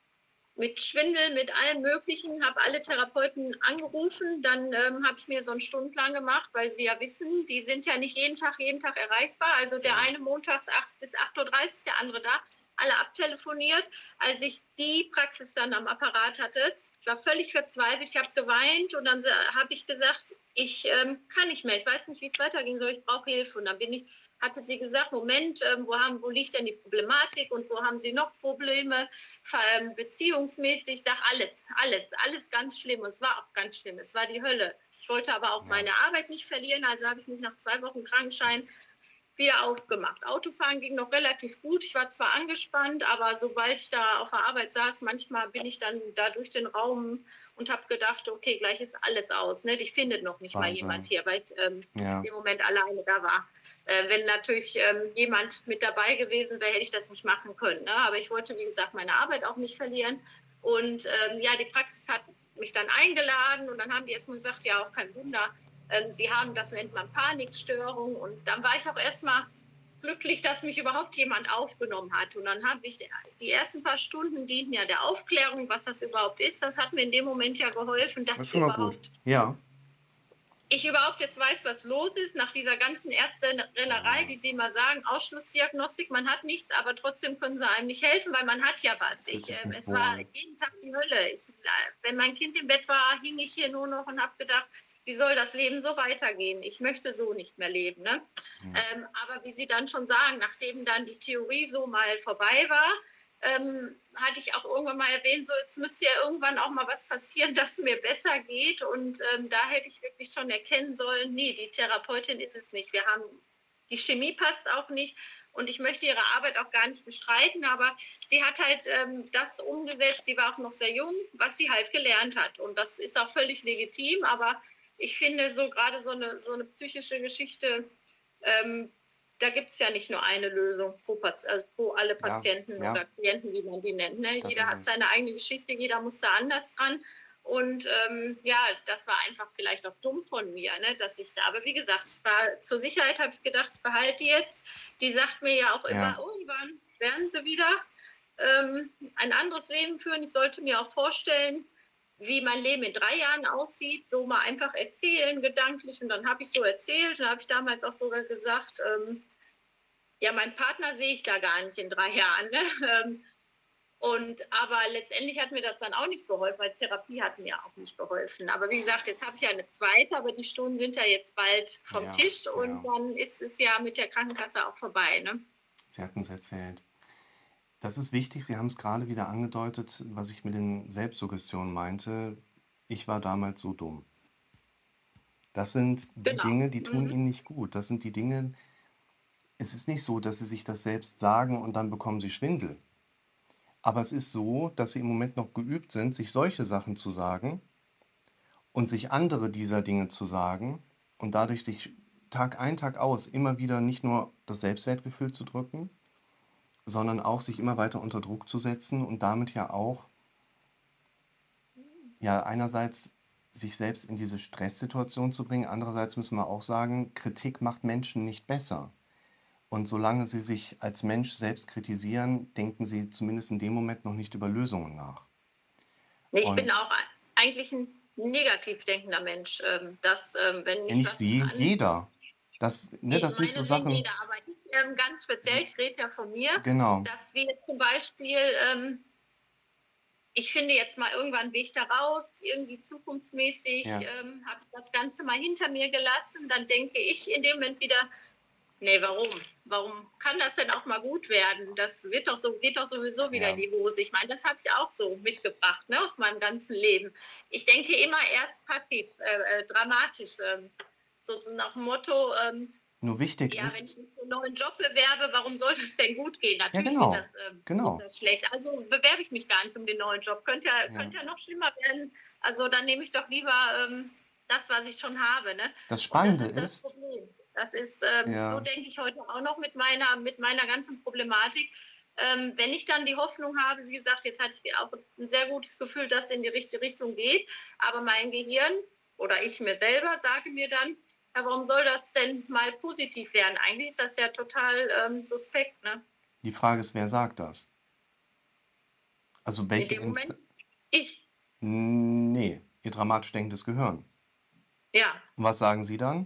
mit Schwindel, mit allem Möglichen, habe alle Therapeuten angerufen. Dann ähm, habe ich mir so einen Stundenplan gemacht, weil Sie ja wissen, die sind ja nicht jeden Tag, jeden Tag erreichbar. Also der Ja. eine montags acht bis acht Uhr dreißig, der andere da, alle abtelefoniert. Als ich die Praxis dann am Apparat hatte, ich war völlig verzweifelt, ich habe geweint und dann habe ich gesagt, ich ähm, kann nicht mehr, ich weiß nicht, wie es weitergehen soll, ich brauche Hilfe. Und dann bin ich, hatte sie gesagt, Moment, ähm, wo, haben, wo liegt denn die Problematik und wo haben Sie noch Probleme? Ähm, beziehungsmäßig, ich sage alles, alles, alles ganz schlimm. Und es war auch ganz schlimm, es war die Hölle. Ich wollte aber auch Ja. meine Arbeit nicht verlieren, also habe ich mich nach zwei Wochen Krankenschein wieder aufgemacht. Autofahren ging noch relativ gut. Ich war zwar angespannt, aber sobald ich da auf der Arbeit saß, manchmal bin ich dann da durch den Raum und habe gedacht, okay, gleich ist alles aus. Ne? Ich finde noch nicht mal Wahnsinn. jemand hier, weil ich ähm, Ja. im Moment alleine da war. Äh, wenn natürlich ähm, jemand mit dabei gewesen wäre, hätte ich das nicht machen können. Ne? Aber ich wollte, wie gesagt, meine Arbeit auch nicht verlieren. Und ähm, ja, die Praxis hat mich dann eingeladen und dann haben die erstmal gesagt, ja, auch kein Wunder, ähm, sie haben, das nennt man Panikstörung. Und dann war ich auch erstmal glücklich, dass mich überhaupt jemand aufgenommen hat. Und dann habe ich, die ersten paar Stunden dienten ja der Aufklärung, was das überhaupt ist. Das hat mir in dem Moment ja geholfen, dass Das ist ich schon mal überhaupt gut. Ja. ich überhaupt jetzt weiß, was los ist, nach dieser ganzen Ärzterennerei, wie Sie immer sagen, Ausschlussdiagnostik, man hat nichts, aber trotzdem können sie einem nicht helfen, weil man hat ja was. Fühlt Ich, sich äh, nicht es war wohl. jeden Tag die Hölle. Ich, wenn mein Kind im Bett war, hing ich hier nur noch und habe gedacht, wie soll das Leben so weitergehen? Ich möchte so nicht mehr leben. Ne? Ja. Ähm, aber wie Sie dann schon sagen, nachdem dann die Theorie so mal vorbei war, ähm, hatte ich auch irgendwann mal erwähnt, so jetzt müsste ja irgendwann auch mal was passieren, dass es mir besser geht. Und ähm, da hätte ich wirklich schon erkennen sollen, nee, die Therapeutin ist es nicht. Wir haben, die Chemie passt auch nicht. Und ich möchte ihre Arbeit auch gar nicht bestreiten, aber sie hat halt ähm, das umgesetzt, sie war auch noch sehr jung, was sie halt gelernt hat. Und das ist auch völlig legitim, aber ich finde so gerade so eine, so eine psychische Geschichte, ähm, da gibt es ja nicht nur eine Lösung pro, also pro alle Patienten ja. oder Klienten, wie man die nennt. Ne? Das Jeder ist hat es. seine eigene Geschichte, jeder muss da anders dran. Und ähm, ja, das war einfach vielleicht auch dumm von mir, ne, dass ich da, aber wie gesagt, ich war, zur Sicherheit habe ich gedacht, ich behalte die jetzt. Die sagt mir ja auch immer, Ja. irgendwann werden sie wieder ähm, ein anderes Leben führen. Ich sollte mir auch vorstellen, wie mein Leben in drei Jahren aussieht, so mal einfach erzählen, gedanklich. Und dann habe ich so erzählt, dann habe ich damals auch sogar gesagt, ähm, ja, meinen Partner sehe ich da gar nicht in drei Jahren. Ne? Ähm, und, aber letztendlich hat mir das dann auch nicht geholfen, weil Therapie hat mir auch nicht geholfen. Aber wie gesagt, jetzt habe ich ja eine zweite, aber die Stunden sind ja jetzt bald vom Ja, Tisch und ja. dann ist es ja mit der Krankenkasse auch vorbei. Ne? Sie hatten es erzählt. Das ist wichtig, Sie haben es gerade wieder angedeutet, was ich mit den Selbstsuggestionen meinte. Ich war damals so dumm. Das sind die Genau. Dinge, die tun Mhm. Ihnen nicht gut. Das sind die Dinge, es ist nicht so, dass Sie sich das selbst sagen und dann bekommen Sie Schwindel. Aber es ist so, dass Sie im Moment noch geübt sind, sich solche Sachen zu sagen und sich andere dieser Dinge zu sagen und dadurch sich Tag ein, Tag aus immer wieder nicht nur das Selbstwertgefühl zu drücken, sondern auch sich immer weiter unter Druck zu setzen und damit ja auch ja einerseits sich selbst in diese Stresssituation zu bringen. Andererseits müssen wir auch sagen, Kritik macht Menschen nicht besser. Und solange sie sich als Mensch selbst kritisieren, denken sie zumindest in dem Moment noch nicht über Lösungen nach. Nee, ich Und bin auch ein- eigentlich ein negativ denkender Mensch, ähm, dass ähm, wenn ja, ich nicht was Sie, an, jeder. Das, ne, je- das sind so meinetwegen Sachen, jeder, aber ich ähm, ganz speziell, ich rede ja von mir, genau, dass wir zum Beispiel, ähm, ich finde jetzt mal irgendwann einen Weg da raus, irgendwie zukunftsmäßig, ja, ähm, habe ich das Ganze mal hinter mir gelassen, dann denke ich in dem Moment wieder, nee, warum? Warum kann das denn auch mal gut werden? Das wird doch so, geht doch sowieso wieder ja. in die Hose. Ich meine, das habe ich auch so mitgebracht, ne, aus meinem ganzen Leben. Ich denke immer erst passiv, äh, äh, dramatisch, ähm, so nach dem Motto, ähm, Nur wichtig ja, wenn ich ist, mich für einen neuen Job bewerbe, warum soll das denn gut gehen? ja Natürlich genau, wird das, ähm, wird genau, das schlecht. Also bewerbe ich mich gar nicht um den neuen Job. Könnte ja, ja. könnte ja noch schlimmer werden. Also dann nehme ich doch lieber ähm, das, was ich schon habe. Ne? Das Und das Spannende ist das ist, Problem. Das ist, ähm, so ja, denke ich heute auch noch mit meiner, mit meiner ganzen Problematik. Ähm, wenn ich dann die Hoffnung habe, wie gesagt, jetzt hatte ich auch ein sehr gutes Gefühl, dass es in die richtige Richtung geht, aber mein Gehirn oder ich mir selber sage mir dann, ja, warum soll das denn mal positiv werden? Eigentlich ist das ja total ähm, suspekt, ne? die Frage ist, wer sagt das? Also In welche dem Moment, Instanz? ich, Nee, Ihr dramatisch denkendes Gehirn. ja, Und was sagen Sie dann?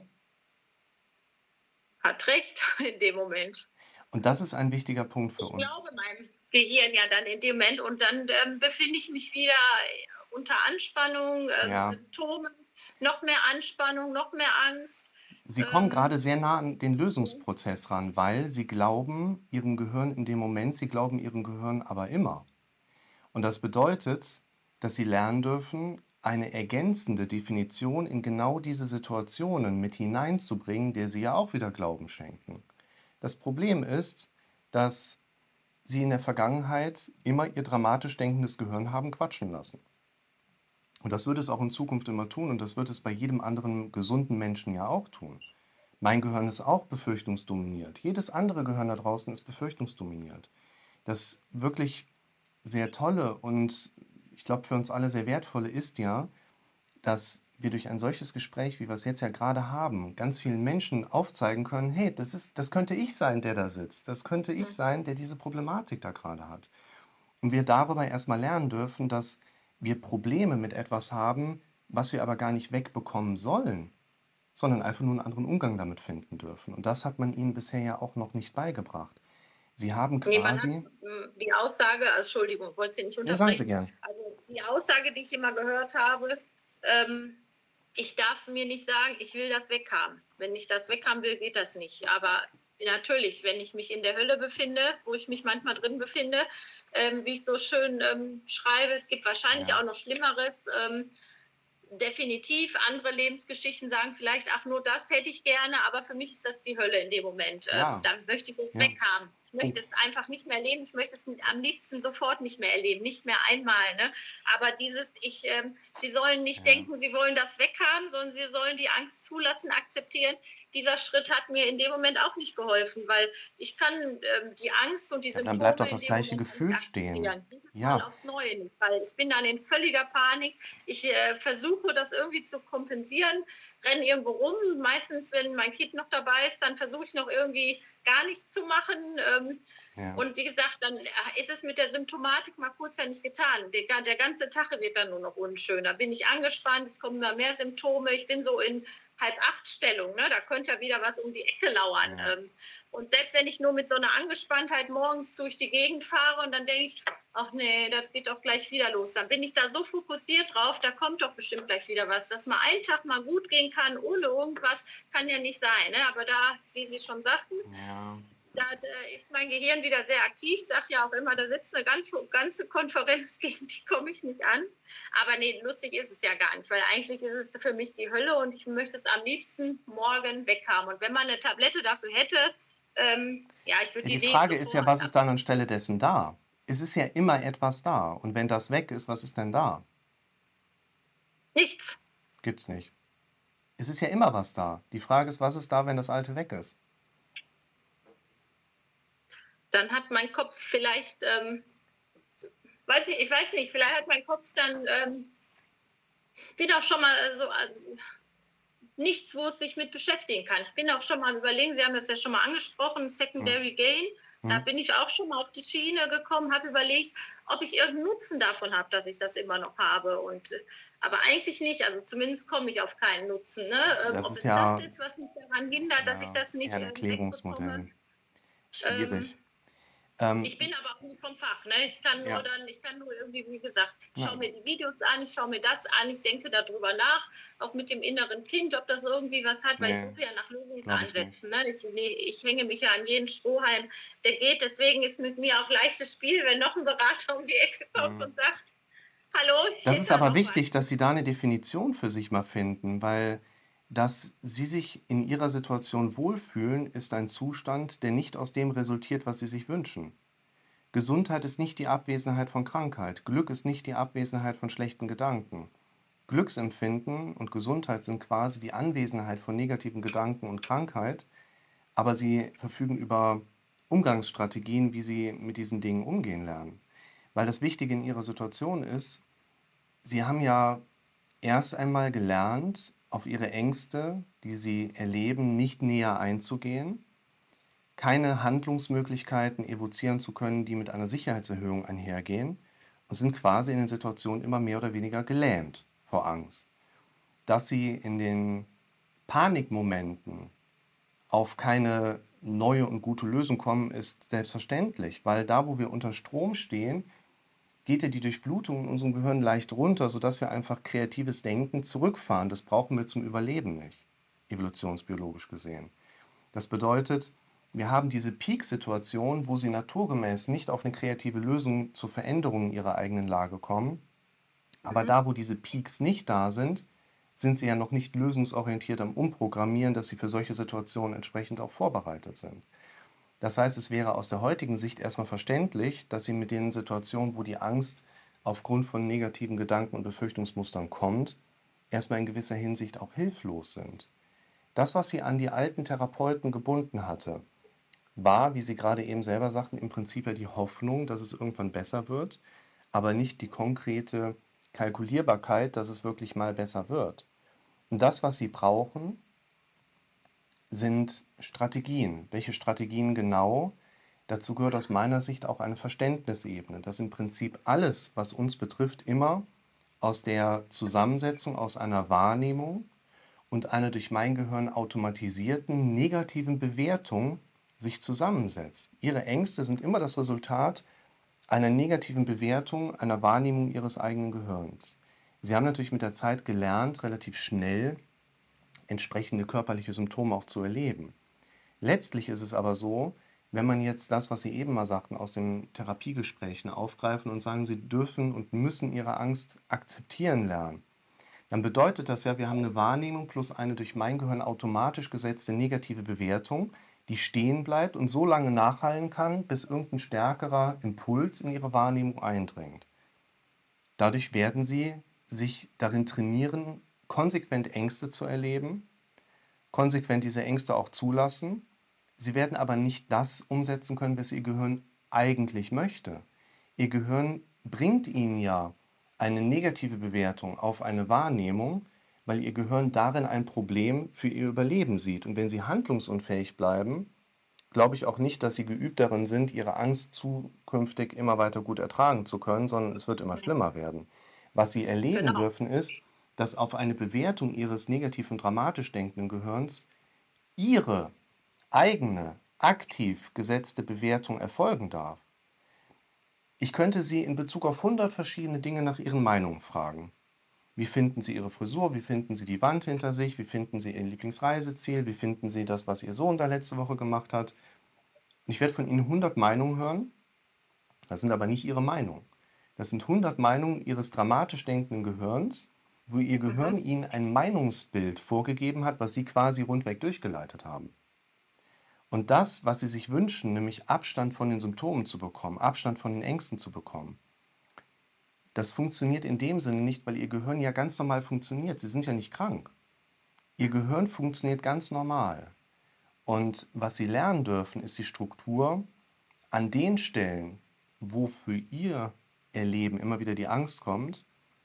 hat recht in dem Moment. Und das ist ein wichtiger Punkt für Ich uns. glaube meinem Gehirn ja dann in dem Moment und dann ähm, befinde ich mich wieder unter Anspannung, ähm, Ja, Symptomen, noch mehr Anspannung, noch mehr Angst. Sie kommen Ähm, gerade sehr nah an den Lösungsprozess ran, weil Sie glauben Ihrem Gehirn in dem Moment, Sie glauben Ihrem Gehirn aber immer. Und das bedeutet, dass Sie lernen dürfen, eine ergänzende Definition in genau diese Situationen mit hineinzubringen, der Sie ja auch wieder Glauben schenken. Das Problem ist, dass Sie in der Vergangenheit immer Ihr dramatisch denkendes Gehirn haben quatschen lassen. Und das wird es auch in Zukunft immer tun und das wird es bei jedem anderen gesunden Menschen ja auch tun. Mein Gehirn ist auch befürchtungsdominiert. Jedes andere Gehirn da draußen ist befürchtungsdominiert. Das wirklich sehr Tolle und ich glaube für uns alle sehr wertvolle ist ja, dass wir durch ein solches Gespräch, wie wir es jetzt ja gerade haben, ganz vielen Menschen aufzeigen können, hey, das ist, das könnte ich sein, der da sitzt. Das könnte ich sein, der diese Problematik da gerade hat. Und wir darüber erstmal lernen dürfen, dass wir Probleme mit etwas haben, was wir aber gar nicht wegbekommen sollen, sondern einfach nur einen anderen Umgang damit finden dürfen. Und das hat man ihnen bisher ja auch noch nicht beigebracht. Sie haben Nee, man hat quasi, äh, die Aussage, also, Entschuldigung, ich wollte Sie nicht ja, sagen Sie unterbrechen. gern, Also die Aussage, die ich immer gehört habe, ähm, ich darf mir nicht sagen, ich will das weghaben. Wenn ich das weghaben will, geht das nicht. Aber natürlich, wenn ich mich in der Hölle befinde, wo ich mich manchmal drin befinde, ähm, wie ich so schön ähm, schreibe, es gibt wahrscheinlich ja, auch noch Schlimmeres. Ähm, definitiv. Andere Lebensgeschichten sagen vielleicht, ach, nur das hätte ich gerne, aber für mich ist das die Hölle in dem Moment. Ähm, ja, dann möchte ich es ja, weghaben. Ich möchte es einfach nicht mehr erleben. Ich möchte es am liebsten sofort nicht mehr erleben, nicht mehr einmal. Ne? Aber dieses, ich, ähm, sie sollen nicht ja. denken, sie wollen das weghaben, sondern sie sollen die Angst zulassen, akzeptieren. Dieser Schritt hat mir in dem Moment auch nicht geholfen, weil ich kann ähm, die Angst und die Ja, dann bleibt doch Symptome in das dem gleiche Moment nicht Gefühl stehen. akzeptieren. Jedes Mal Ja, aufs Neue nicht, weil ich bin dann in völliger Panik. Ich äh, versuche das irgendwie zu kompensieren, renne irgendwo rum. Meistens, wenn mein Kind noch dabei ist, dann versuche ich noch irgendwie gar nichts zu machen. Ähm, ja, und wie gesagt, dann ist es mit der Symptomatik mal kurzzeitig getan. Der, der ganze Tag wird dann nur noch unschön. Da bin ich angespannt, es kommen immer mehr Symptome. Ich bin so in halb acht Stellung. Ne? Da könnte ja wieder was um die Ecke lauern. ja. Ähm, und selbst wenn ich nur mit so einer Angespanntheit morgens durch die Gegend fahre und dann denke ich, ach nee, das geht doch gleich wieder los. Dann bin ich da so fokussiert drauf, da kommt doch bestimmt gleich wieder was. Dass mal ein Tag mal gut gehen kann, ohne irgendwas, kann ja nicht sein. Ne? Aber da, wie Sie schon sagten, Ja. da äh, ist mein Gehirn wieder sehr aktiv. Ich sage ja auch immer, da sitzt eine ganze, ganze Konferenz, gegen die komme ich nicht an. Aber nee, lustig ist es ja gar nicht, weil eigentlich ist es für mich die Hölle und ich möchte es am liebsten morgen weghaben. Und wenn man eine Tablette dafür hätte, ähm, ja, ich würde Ja, die die Frage ist ja, sofort was ab. ist dann anstelle dessen da? Es ist ja immer etwas da. Und wenn das weg ist, was ist denn da? Nichts. Gibt's nicht. Es ist ja immer was da. Die Frage ist, was ist da, wenn das Alte weg ist? Dann hat mein Kopf vielleicht, ähm, weiß ich, ich weiß nicht, vielleicht hat mein Kopf dann ähm, bin auch schon mal so äh, nichts, wo es sich mit beschäftigen kann. Ich bin auch schon mal überlegen, Sie haben das ja schon mal angesprochen, Secondary Hm. Gain. Da Hm. bin ich auch schon mal auf die Schiene gekommen, habe überlegt, ob ich irgendeinen Nutzen davon habe, dass ich das immer noch habe. Und, aber eigentlich nicht. Also zumindest komme ich auf keinen Nutzen. Ne? Ähm, Das ob ist es das ja, ist, was mich daran hindert, dass ich ja das eher nicht ein ähm, wegbekomme. Erklärungsmodell. Ähm, Schwierig. Ähm, ich bin aber auch nicht vom Fach. Ne? Ich kann nur ja, dann, ich kann nur irgendwie, wie gesagt, ich na, schaue mir die Videos an, ich schaue mir das an, ich denke darüber nach, auch mit dem inneren Kind, ob das irgendwie was hat, weil ich nee, suche ja nach glaube ich nicht. Lösungsansätzen. Ne? Ich, nee, ich hänge mich ja an jeden Strohhalm, der geht. Deswegen ist mit mir auch leichtes Spiel, wenn noch ein Berater um die Ecke kommt Hm. und sagt, hallo, Das steht ist da aber noch was? wichtig, dass Sie da eine Definition für sich mal finden, weil dass Sie sich in Ihrer Situation wohlfühlen, ist ein Zustand, der nicht aus dem resultiert, was Sie sich wünschen. Gesundheit ist nicht die Abwesenheit von Krankheit. Glück ist nicht die Abwesenheit von schlechten Gedanken. Glücksempfinden und Gesundheit sind quasi die Anwesenheit von negativen Gedanken und Krankheit, aber Sie verfügen über Umgangsstrategien, wie Sie mit diesen Dingen umgehen lernen. Weil das Wichtige in Ihrer Situation ist, Sie haben ja erst einmal gelernt, auf Ihre Ängste, die Sie erleben, nicht näher einzugehen, keine Handlungsmöglichkeiten evozieren zu können, die mit einer Sicherheitserhöhung einhergehen, und sind quasi in den Situationen immer mehr oder weniger gelähmt vor Angst. Dass Sie in den Panikmomenten auf keine neue und gute Lösung kommen, ist selbstverständlich, weil da, wo wir unter Strom stehen, geht ja die Durchblutung in unserem Gehirn leicht runter, sodass wir einfach kreatives Denken zurückfahren. Das brauchen wir zum Überleben nicht, evolutionsbiologisch gesehen. Das bedeutet, wir haben diese Peak-Situation, wo Sie naturgemäß nicht auf eine kreative Lösung zur Veränderung ihrer eigenen Lage kommen. Aber Mhm. da, wo diese Peaks nicht da sind, sind Sie ja noch nicht lösungsorientiert am Umprogrammieren, dass Sie für solche Situationen entsprechend auch vorbereitet sind. Das heißt, es wäre aus der heutigen Sicht erstmal verständlich, dass Sie mit den Situationen, wo die Angst aufgrund von negativen Gedanken und Befürchtungsmustern kommt, erstmal in gewisser Hinsicht auch hilflos sind. Das, was Sie an die alten Therapeuten gebunden hatte, war, wie Sie gerade eben selber sagten, im Prinzip ja die Hoffnung, dass es irgendwann besser wird, aber nicht die konkrete Kalkulierbarkeit, dass es wirklich mal besser wird. Und das, was Sie brauchen, sind Strategien. Welche Strategien genau? Dazu gehört aus meiner Sicht auch eine Verständnisebene, dass im Prinzip alles, was uns betrifft, immer aus der Zusammensetzung aus einer Wahrnehmung und einer durch mein Gehirn automatisierten negativen Bewertung sich zusammensetzt. Ihre Ängste sind immer das Resultat einer negativen Bewertung, einer Wahrnehmung Ihres eigenen Gehirns. Sie haben natürlich mit der Zeit gelernt, relativ schnell entsprechende körperliche Symptome auch zu erleben. Letztlich ist es aber so, wenn man jetzt das, was Sie eben mal sagten, aus den Therapiegesprächen aufgreifen und sagen, Sie dürfen und müssen Ihre Angst akzeptieren lernen, dann bedeutet das ja, wir haben eine Wahrnehmung plus eine durch mein Gehirn automatisch gesetzte negative Bewertung, die stehen bleibt und so lange nachhallen kann, bis irgendein stärkerer Impuls in Ihre Wahrnehmung eindringt. Dadurch werden Sie sich darin trainieren, konsequent Ängste zu erleben, konsequent diese Ängste auch zulassen. Sie werden aber nicht das umsetzen können, was Ihr Gehirn eigentlich möchte. Ihr Gehirn bringt Ihnen ja eine negative Bewertung auf eine Wahrnehmung, weil Ihr Gehirn darin ein Problem für Ihr Überleben sieht. Und wenn Sie handlungsunfähig bleiben, glaube ich auch nicht, dass Sie geübt darin sind, Ihre Angst zukünftig immer weiter gut ertragen zu können, sondern es wird immer schlimmer werden. Was Sie erleben Genau. dürfen, ist, dass auf eine Bewertung Ihres negativ und dramatisch denkenden Gehirns Ihre eigene, aktiv gesetzte Bewertung erfolgen darf. Ich könnte Sie in Bezug auf hundert verschiedene Dinge nach Ihren Meinungen fragen. Wie finden Sie Ihre Frisur? Wie finden Sie die Wand hinter sich? Wie finden Sie Ihr Lieblingsreiseziel? Wie finden Sie das, was Ihr Sohn da letzte Woche gemacht hat? Und ich werde von Ihnen hundert Meinungen hören. Das sind aber nicht Ihre Meinungen. Das sind hundert Meinungen Ihres dramatisch denkenden Gehirns, wo Ihr Gehirn Mhm. Ihnen ein Meinungsbild vorgegeben hat, was Sie quasi rundweg durchgeleitet haben. Und das, was Sie sich wünschen, nämlich Abstand von den Symptomen zu bekommen, Abstand von den Ängsten zu bekommen, das funktioniert in dem Sinne nicht, weil Ihr Gehirn ja ganz normal funktioniert. Sie sind ja nicht krank. Ihr Gehirn funktioniert ganz normal. Und was Sie lernen dürfen, ist die Struktur an den Stellen, wo für Ihr Erleben immer wieder die Angst kommt,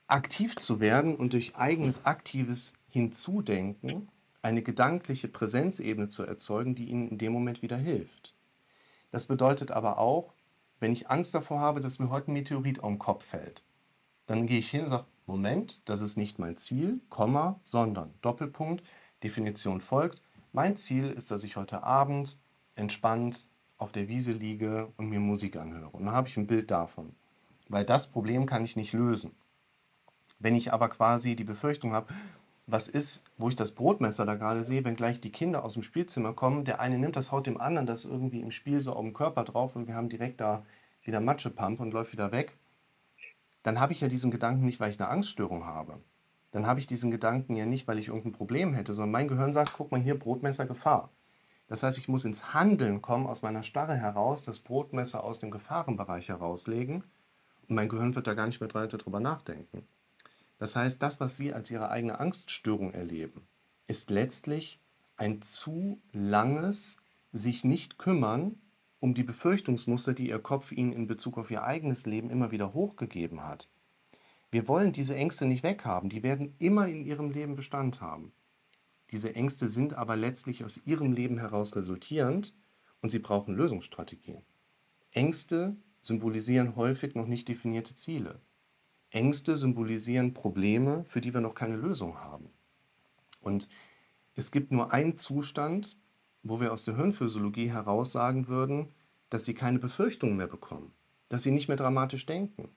aktiv zu werden und durch eigenes aktives Hinzudenken eine gedankliche Präsenzebene zu erzeugen, die Ihnen in dem Moment wieder hilft. Das bedeutet aber auch, wenn ich Angst davor habe, dass mir heute ein Meteorit auf den Kopf fällt, dann gehe ich hin und sage, Moment, das ist nicht mein Ziel, Komma, sondern Doppelpunkt, Definition folgt. Mein Ziel ist, dass ich heute Abend entspannt auf der Wiese liege und mir Musik anhöre. Und dann habe ich ein Bild davon, weil das Problem kann ich nicht lösen. Wenn ich aber quasi die Befürchtung habe, was ist, wo ich das Brotmesser da gerade sehe, wenn gleich die Kinder aus dem Spielzimmer kommen, der eine nimmt das, haut dem anderen das irgendwie im Spiel so auf den Körper drauf und wir haben direkt da wieder Matschepampe und läuft wieder weg, dann habe ich ja diesen Gedanken nicht, weil ich eine Angststörung habe. Dann habe ich diesen Gedanken ja nicht, weil ich irgendein Problem hätte, sondern mein Gehirn sagt, guck mal hier, Brotmesser, Gefahr. Das heißt, ich muss ins Handeln kommen, aus meiner Starre heraus, das Brotmesser aus dem Gefahrenbereich herauslegen und mein Gehirn wird da gar nicht mehr weiter drüber nachdenken. Das heißt, das, was Sie als Ihre eigene Angststörung erleben, ist letztlich ein zu langes sich nicht kümmern um die Befürchtungsmuster, die Ihr Kopf Ihnen in Bezug auf Ihr eigenes Leben immer wieder hochgegeben hat. Wir wollen diese Ängste nicht weghaben, die werden immer in Ihrem Leben Bestand haben. Diese Ängste sind aber letztlich aus Ihrem Leben heraus resultierend und Sie brauchen Lösungsstrategien. Ängste symbolisieren häufig noch nicht definierte Ziele. Ängste symbolisieren Probleme, für die wir noch keine Lösung haben. Und es gibt nur einen Zustand, wo wir aus der Hirnphysiologie heraus sagen würden, dass Sie keine Befürchtungen mehr bekommen, dass Sie nicht mehr dramatisch denken.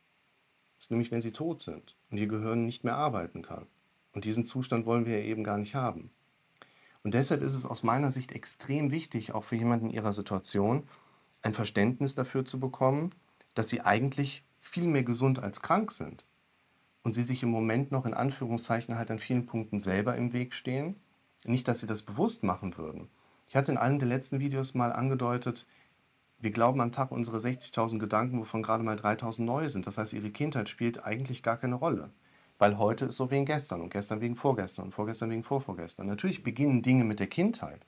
Das ist nämlich, wenn Sie tot sind und Ihr Gehirn nicht mehr arbeiten kann. Und diesen Zustand wollen wir ja eben gar nicht haben. Und deshalb ist es aus meiner Sicht extrem wichtig, auch für jemanden in Ihrer Situation, ein Verständnis dafür zu bekommen, dass Sie eigentlich viel mehr gesund als krank sind und Sie sich im Moment noch in Anführungszeichen halt an vielen Punkten selber im Weg stehen. Nicht, dass Sie das bewusst machen würden. Ich hatte in einem der letzten Videos mal angedeutet, wir glauben am Tag unsere sechzigtausend Gedanken, wovon gerade mal dreitausend neu sind. Das heißt, Ihre Kindheit spielt eigentlich gar keine Rolle. Weil heute ist so wegen gestern und gestern wegen vorgestern und vorgestern wegen vorvorgestern. Natürlich beginnen Dinge mit der Kindheit.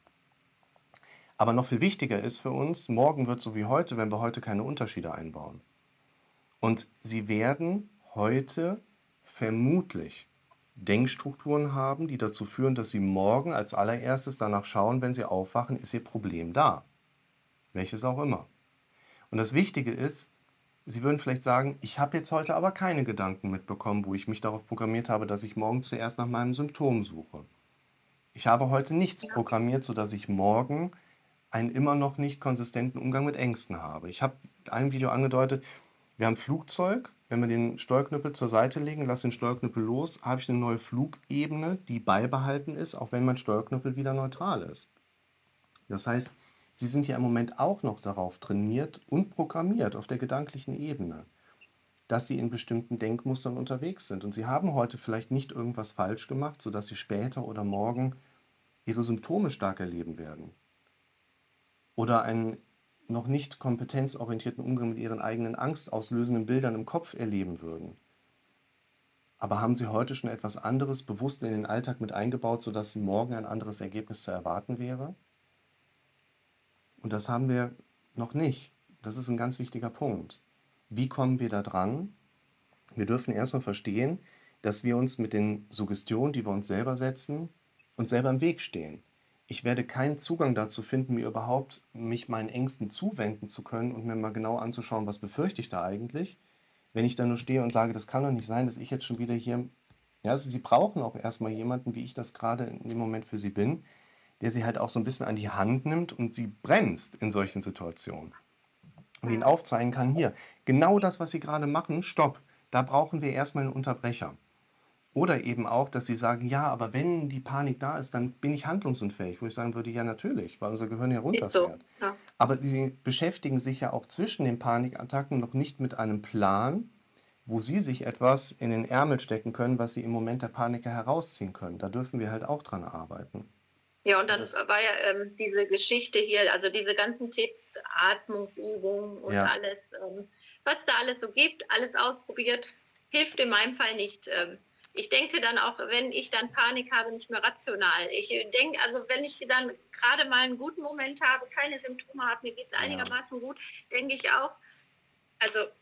Aber noch viel wichtiger ist für uns, morgen wird so wie heute, wenn wir heute keine Unterschiede einbauen. Und Sie werden heute vermutlich Denkstrukturen haben, die dazu führen, dass Sie morgen als allererstes danach schauen, wenn Sie aufwachen, ist Ihr Problem da. Welches auch immer. Und das Wichtige ist, Sie würden vielleicht sagen, ich habe jetzt heute aber keine Gedanken mitbekommen, wo ich mich darauf programmiert habe, dass ich morgen zuerst nach meinem Symptom suche. Ich habe heute nichts programmiert, sodass ich morgen einen immer noch nicht konsistenten Umgang mit Ängsten habe. Ich habe in einem Video angedeutet, wir haben ein Flugzeug, wenn wir den Steuerknüppel zur Seite legen, lasse den Steuerknüppel los, habe ich eine neue Flugebene, die beibehalten ist, auch wenn mein Steuerknüppel wieder neutral ist. Das heißt, Sie sind ja im Moment auch noch darauf trainiert und programmiert auf der gedanklichen Ebene, dass Sie in bestimmten Denkmustern unterwegs sind. Und Sie haben heute vielleicht nicht irgendwas falsch gemacht, sodass Sie später oder morgen Ihre Symptome stark erleben werden. Oder einen noch nicht kompetenzorientierten Umgang mit Ihren eigenen angstauslösenden Bildern im Kopf erleben würden. Aber haben Sie heute schon etwas anderes bewusst in den Alltag mit eingebaut, sodass morgen ein anderes Ergebnis zu erwarten wäre? Und das haben wir noch nicht. Das ist ein ganz wichtiger Punkt. Wie kommen wir da dran? Wir dürfen erstmal verstehen, dass wir uns mit den Suggestionen, die wir uns selber setzen, uns selber im Weg stehen. Ich werde keinen Zugang dazu finden, mir überhaupt mich meinen Ängsten zuwenden zu können und mir mal genau anzuschauen, was befürchte ich da eigentlich, wenn ich da nur stehe und sage, das kann doch nicht sein, dass ich jetzt schon wieder hier... Ja, also Sie brauchen auch erstmal jemanden, wie ich das gerade in dem Moment für Sie bin, der Sie halt auch so ein bisschen an die Hand nimmt und Sie bremst in solchen Situationen. Und Ihnen aufzeigen kann, hier, genau das, was Sie gerade machen, stopp, da brauchen wir erstmal einen Unterbrecher. Oder eben auch, dass Sie sagen, ja, aber wenn die Panik da ist, dann bin ich handlungsunfähig, wo ich sagen würde, ja natürlich, weil unser Gehirn ja Ist so. runterfährt. Ja. Aber Sie beschäftigen sich ja auch zwischen den Panikattacken noch nicht mit einem Plan, wo Sie sich etwas in den Ärmel stecken können, was Sie im Moment der Panik herausziehen können. Da dürfen wir halt auch dran arbeiten. Ja, und dann Das- war ja ähm, diese Geschichte hier, also diese ganzen Tipps, Atmungsübungen und Ja. alles, ähm, was da alles so gibt, alles ausprobiert, hilft in meinem Fall nicht. Ähm, ich denke dann auch, wenn ich dann Panik habe, nicht mehr rational. Ich denke, also wenn ich dann gerade mal einen guten Moment habe, keine Symptome habe, mir geht es Ja. einigermaßen gut, denke ich auch, also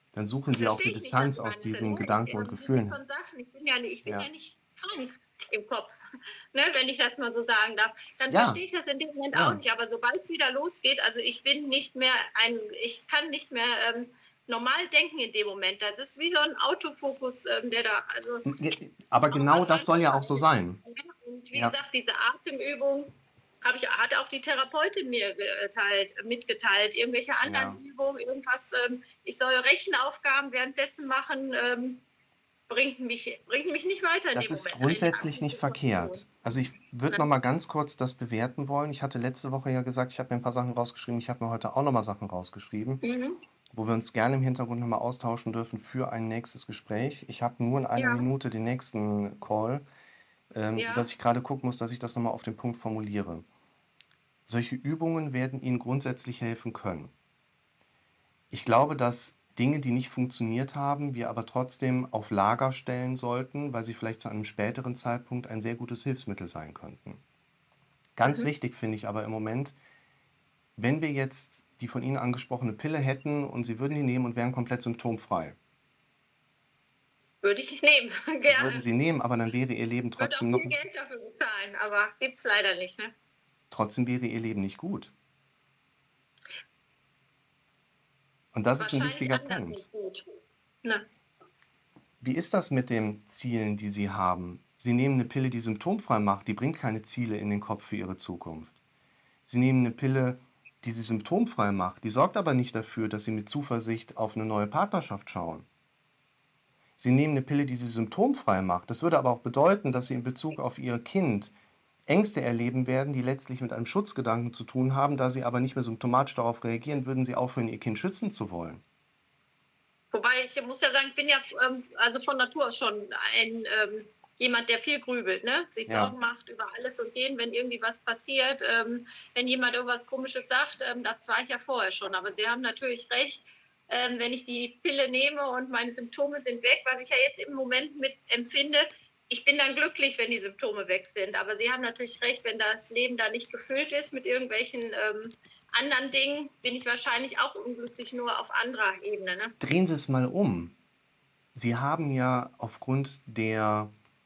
Dann suchen Sie auch die Verstehe ich nicht, dass Distanz die aus meinen sind. diesen Ne? Ich, Gedanken und ähm, wie Sie Gefühlen. schon sagten, ich bin ja nicht, ich bin Ja. ja nicht krank im Kopf, ne? Wenn ich das mal so sagen darf. Dann Ja. verstehe ich das in dem Moment Ja. auch nicht. Aber sobald es wieder losgeht, also ich bin nicht mehr ein, ich kann nicht mehr ähm, normal denken in dem Moment. Das ist wie so ein Autofokus, ähm, der da, also Aber genau auf das soll ja auch so sein. Und wie Ja. gesagt, diese Atemübung habe ich, hat auch die Therapeutin mir geteilt, mitgeteilt. Irgendwelche anderen Ja. Übungen, irgendwas. Ähm, ich soll Rechenaufgaben währenddessen machen, ähm, bringt, mich, bringt mich nicht weiter in Das dem ist Moment. grundsätzlich Eine nicht Situation. verkehrt. Also ich würde noch mal ganz kurz das bewerten wollen. Ich hatte letzte Woche ja gesagt, ich habe mir ein paar Sachen rausgeschrieben. Ich habe mir heute auch noch mal Sachen rausgeschrieben, Mhm. wo wir uns gerne im Hintergrund noch mal austauschen dürfen für ein nächstes Gespräch. Ich habe nur in einer Ja. Minute den nächsten Call, ähm, Ja. sodass ich gerade gucken muss, dass ich das noch mal auf den Punkt formuliere. Solche Übungen werden Ihnen grundsätzlich helfen können. Ich glaube, dass Dinge, die nicht funktioniert haben, wir aber trotzdem auf Lager stellen sollten, weil sie vielleicht zu einem späteren Zeitpunkt ein sehr gutes Hilfsmittel sein könnten. Ganz Mhm. wichtig finde ich aber im Moment, wenn wir jetzt die von Ihnen angesprochene Pille hätten und Sie würden die nehmen und wären komplett symptomfrei. Würde ich nehmen, Sie gerne. würden sie nehmen, aber dann wäre Ihr Leben Würde auch trotzdem noch, viel Geld dafür bezahlen, aber gibt es leider nicht. Ne? trotzdem wäre Ihr Leben nicht gut. Und das ist ein Wahrscheinlich wichtiger anders Punkt. nicht gut. Ne? Wie ist das mit den Zielen, die Sie haben? Sie nehmen eine Pille, die symptomfrei macht, die bringt keine Ziele in den Kopf für Ihre Zukunft. Sie nehmen eine Pille, die Sie symptomfrei macht, die sorgt aber nicht dafür, dass Sie mit Zuversicht auf eine neue Partnerschaft schauen. Sie nehmen eine Pille, die Sie symptomfrei macht. Das würde aber auch bedeuten, dass Sie in Bezug auf Ihr Kind Ängste erleben werden, die letztlich mit einem Schutzgedanken zu tun haben. Da Sie aber nicht mehr symptomatisch darauf reagieren, würden Sie aufhören, Ihr Kind schützen zu wollen. Wobei ich muss ja sagen, ich bin ja ähm, also von Natur aus schon ein ähm, jemand, der viel grübelt, ne? Sich Ja. Sorgen macht über alles und jeden, wenn irgendwie was passiert, ähm, wenn jemand irgendwas Komisches sagt, ähm, das war ich ja vorher schon. Aber Sie haben natürlich recht, ähm, wenn ich die Pille nehme und meine Symptome sind weg, was ich ja jetzt im Moment mit empfinde, ich bin dann glücklich, wenn die Symptome weg sind. Aber Sie haben natürlich recht, wenn das Leben da nicht gefüllt ist mit irgendwelchen ähm, anderen Dingen, bin ich wahrscheinlich auch unglücklich, nur auf anderer Ebene. Ne? Drehen Sie es mal um. Sie haben ja aufgrund der,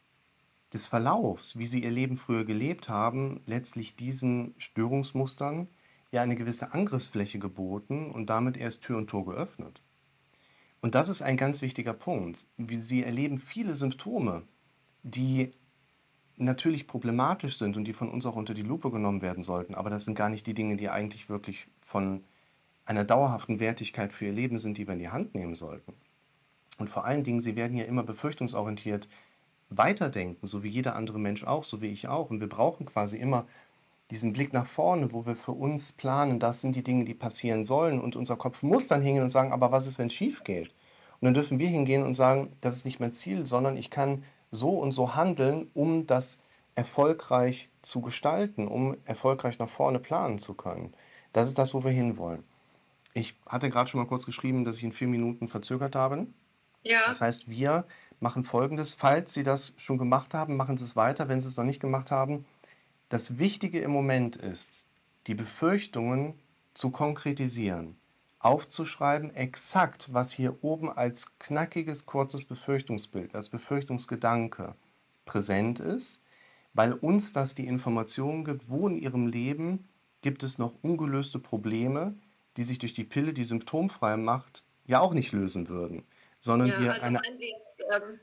des Verlaufs, wie Sie Ihr Leben früher gelebt haben, letztlich diesen Störungsmustern ja eine gewisse Angriffsfläche geboten und damit erst Tür und Tor geöffnet. Und das ist ein ganz wichtiger Punkt. Wie Sie erleben viele Symptome, die natürlich problematisch sind und die von uns auch unter die Lupe genommen werden sollten, aber das sind gar nicht die Dinge, die eigentlich wirklich von einer dauerhaften Wertigkeit für Ihr Leben sind, die wir in die Hand nehmen sollten. Und vor allen Dingen, Sie werden ja immer befürchtungsorientiert weiterdenken, so wie jeder andere Mensch auch, so wie ich auch. Und wir brauchen quasi immer diesen Blick nach vorne, wo wir für uns planen, das sind die Dinge, die passieren sollen. Und unser Kopf muss dann hingehen und sagen, aber was ist, wenn es schief geht? Und dann dürfen wir hingehen und sagen, das ist nicht mein Ziel, sondern ich kann so und so handeln, um das erfolgreich zu gestalten, um erfolgreich nach vorne planen zu können. Das ist das, wo wir hinwollen. Ich hatte gerade schon mal kurz geschrieben, dass ich in vier Minuten verzögert habe. Ja. Das heißt, wir machen Folgendes. Falls Sie das schon gemacht haben, machen Sie es weiter. Wenn Sie es noch nicht gemacht haben, das Wichtige im Moment ist, die Befürchtungen zu konkretisieren, aufzuschreiben, exakt, was hier oben als knackiges, kurzes Befürchtungsbild, als Befürchtungsgedanke präsent ist, weil uns das die Information gibt, wo in Ihrem Leben gibt es noch ungelöste Probleme, die sich durch die Pille, die symptomfrei macht, ja auch nicht lösen würden. Sondern Ja, wir also eine meinen Sie jetzt ähm,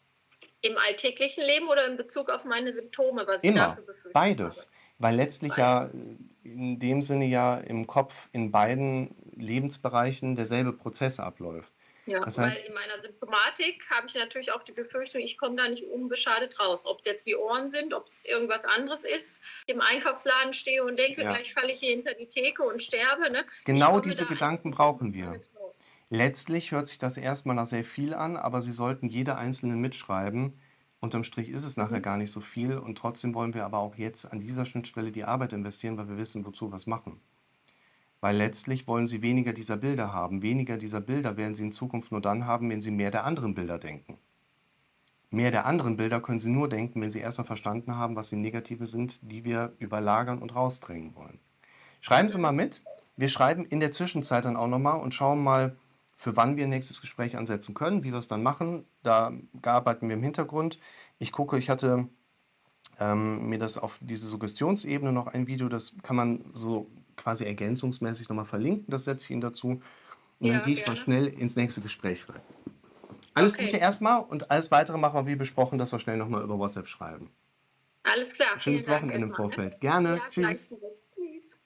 im alltäglichen Leben oder in Bezug auf meine Symptome, was ich Immer, dafür befürchtet beides. habe? Weil letztlich Beides. ja in dem Sinne ja im Kopf in beiden Lebensbereichen derselbe Prozess abläuft. Ja, Das weil heißt, in meiner Symptomatik habe ich natürlich auch die Befürchtung, ich komme da nicht unbeschadet raus. Ob es jetzt die Ohren sind, ob es irgendwas anderes ist. Ich im Einkaufsladen stehe und denke, Ja. gleich falle ich hier hinter die Theke und sterbe. Ne? Ich genau komme diese da Gedanken einfach brauchen wir. unbeschadet raus. Letztlich hört sich das erstmal nach sehr viel an, aber Sie sollten jede einzelne mitschreiben. Unterm Strich ist es nachher Mhm. gar nicht so viel und trotzdem wollen wir aber auch jetzt an dieser Schnittstelle die Arbeit investieren, weil wir wissen, wozu wir es machen. Weil letztlich wollen Sie weniger dieser Bilder haben. Weniger dieser Bilder werden Sie in Zukunft nur dann haben, wenn Sie mehr der anderen Bilder denken. Mehr der anderen Bilder können Sie nur denken, wenn Sie erstmal verstanden haben, was die Negative sind, die wir überlagern und rausdrängen wollen. Schreiben Sie mal mit. Wir schreiben in der Zwischenzeit dann auch nochmal und schauen mal, für wann wir ein nächstes Gespräch ansetzen können, wie wir es dann machen. Da arbeiten wir im Hintergrund. Ich gucke, ich hatte ähm, mir das auf diese Suggestionsebene noch ein Video, das kann man so quasi ergänzungsmäßig nochmal verlinken, das setze ich Ihnen dazu. Und dann Ja, gehe ich mal gerne. schnell ins nächste Gespräch rein. Alles Okay. Gute erstmal und alles Weitere machen wir wie besprochen, dass wir schnell nochmal über WhatsApp schreiben. Alles klar. Schönes vielen Dank Wochenende im erstmal, ne? Vorfeld. Gerne. Ja, Tschüss. gleichfalls. Tschüss.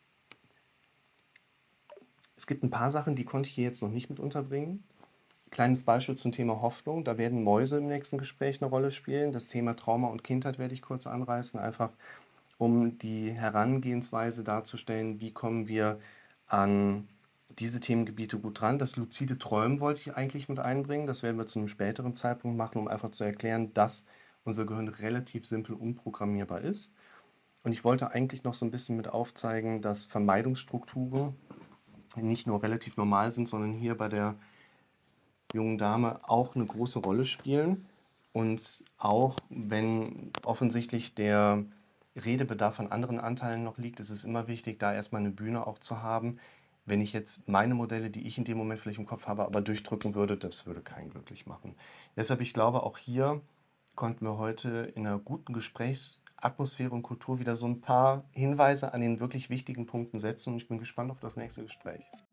Es gibt ein paar Sachen, die konnte ich hier jetzt noch nicht mit unterbringen. Kleines Beispiel zum Thema Hoffnung. Da werden Mäuse im nächsten Gespräch eine Rolle spielen. Das Thema Trauma und Kindheit werde ich kurz anreißen, einfach um die Herangehensweise darzustellen, wie kommen wir an diese Themengebiete gut dran. Das luzide Träumen wollte ich eigentlich mit einbringen. Das werden wir zu einem späteren Zeitpunkt machen, um einfach zu erklären, dass unser Gehirn relativ simpel umprogrammierbar ist. Und ich wollte eigentlich noch so ein bisschen mit aufzeigen, dass Vermeidungsstrukturen nicht nur relativ normal sind, sondern hier bei der jungen Dame auch eine große Rolle spielen. Und auch wenn offensichtlich der Redebedarf an anderen Anteilen noch liegt, ist es immer wichtig, da erstmal eine Bühne auch zu haben. Wenn ich jetzt meine Modelle, die ich in dem Moment vielleicht im Kopf habe, aber durchdrücken würde, das würde keinen glücklich machen. Deshalb, ich glaube, auch hier konnten wir heute in einer guten Gesprächsatmosphäre und Kultur wieder so ein paar Hinweise an den wirklich wichtigen Punkten setzen und ich bin gespannt auf das nächste Gespräch.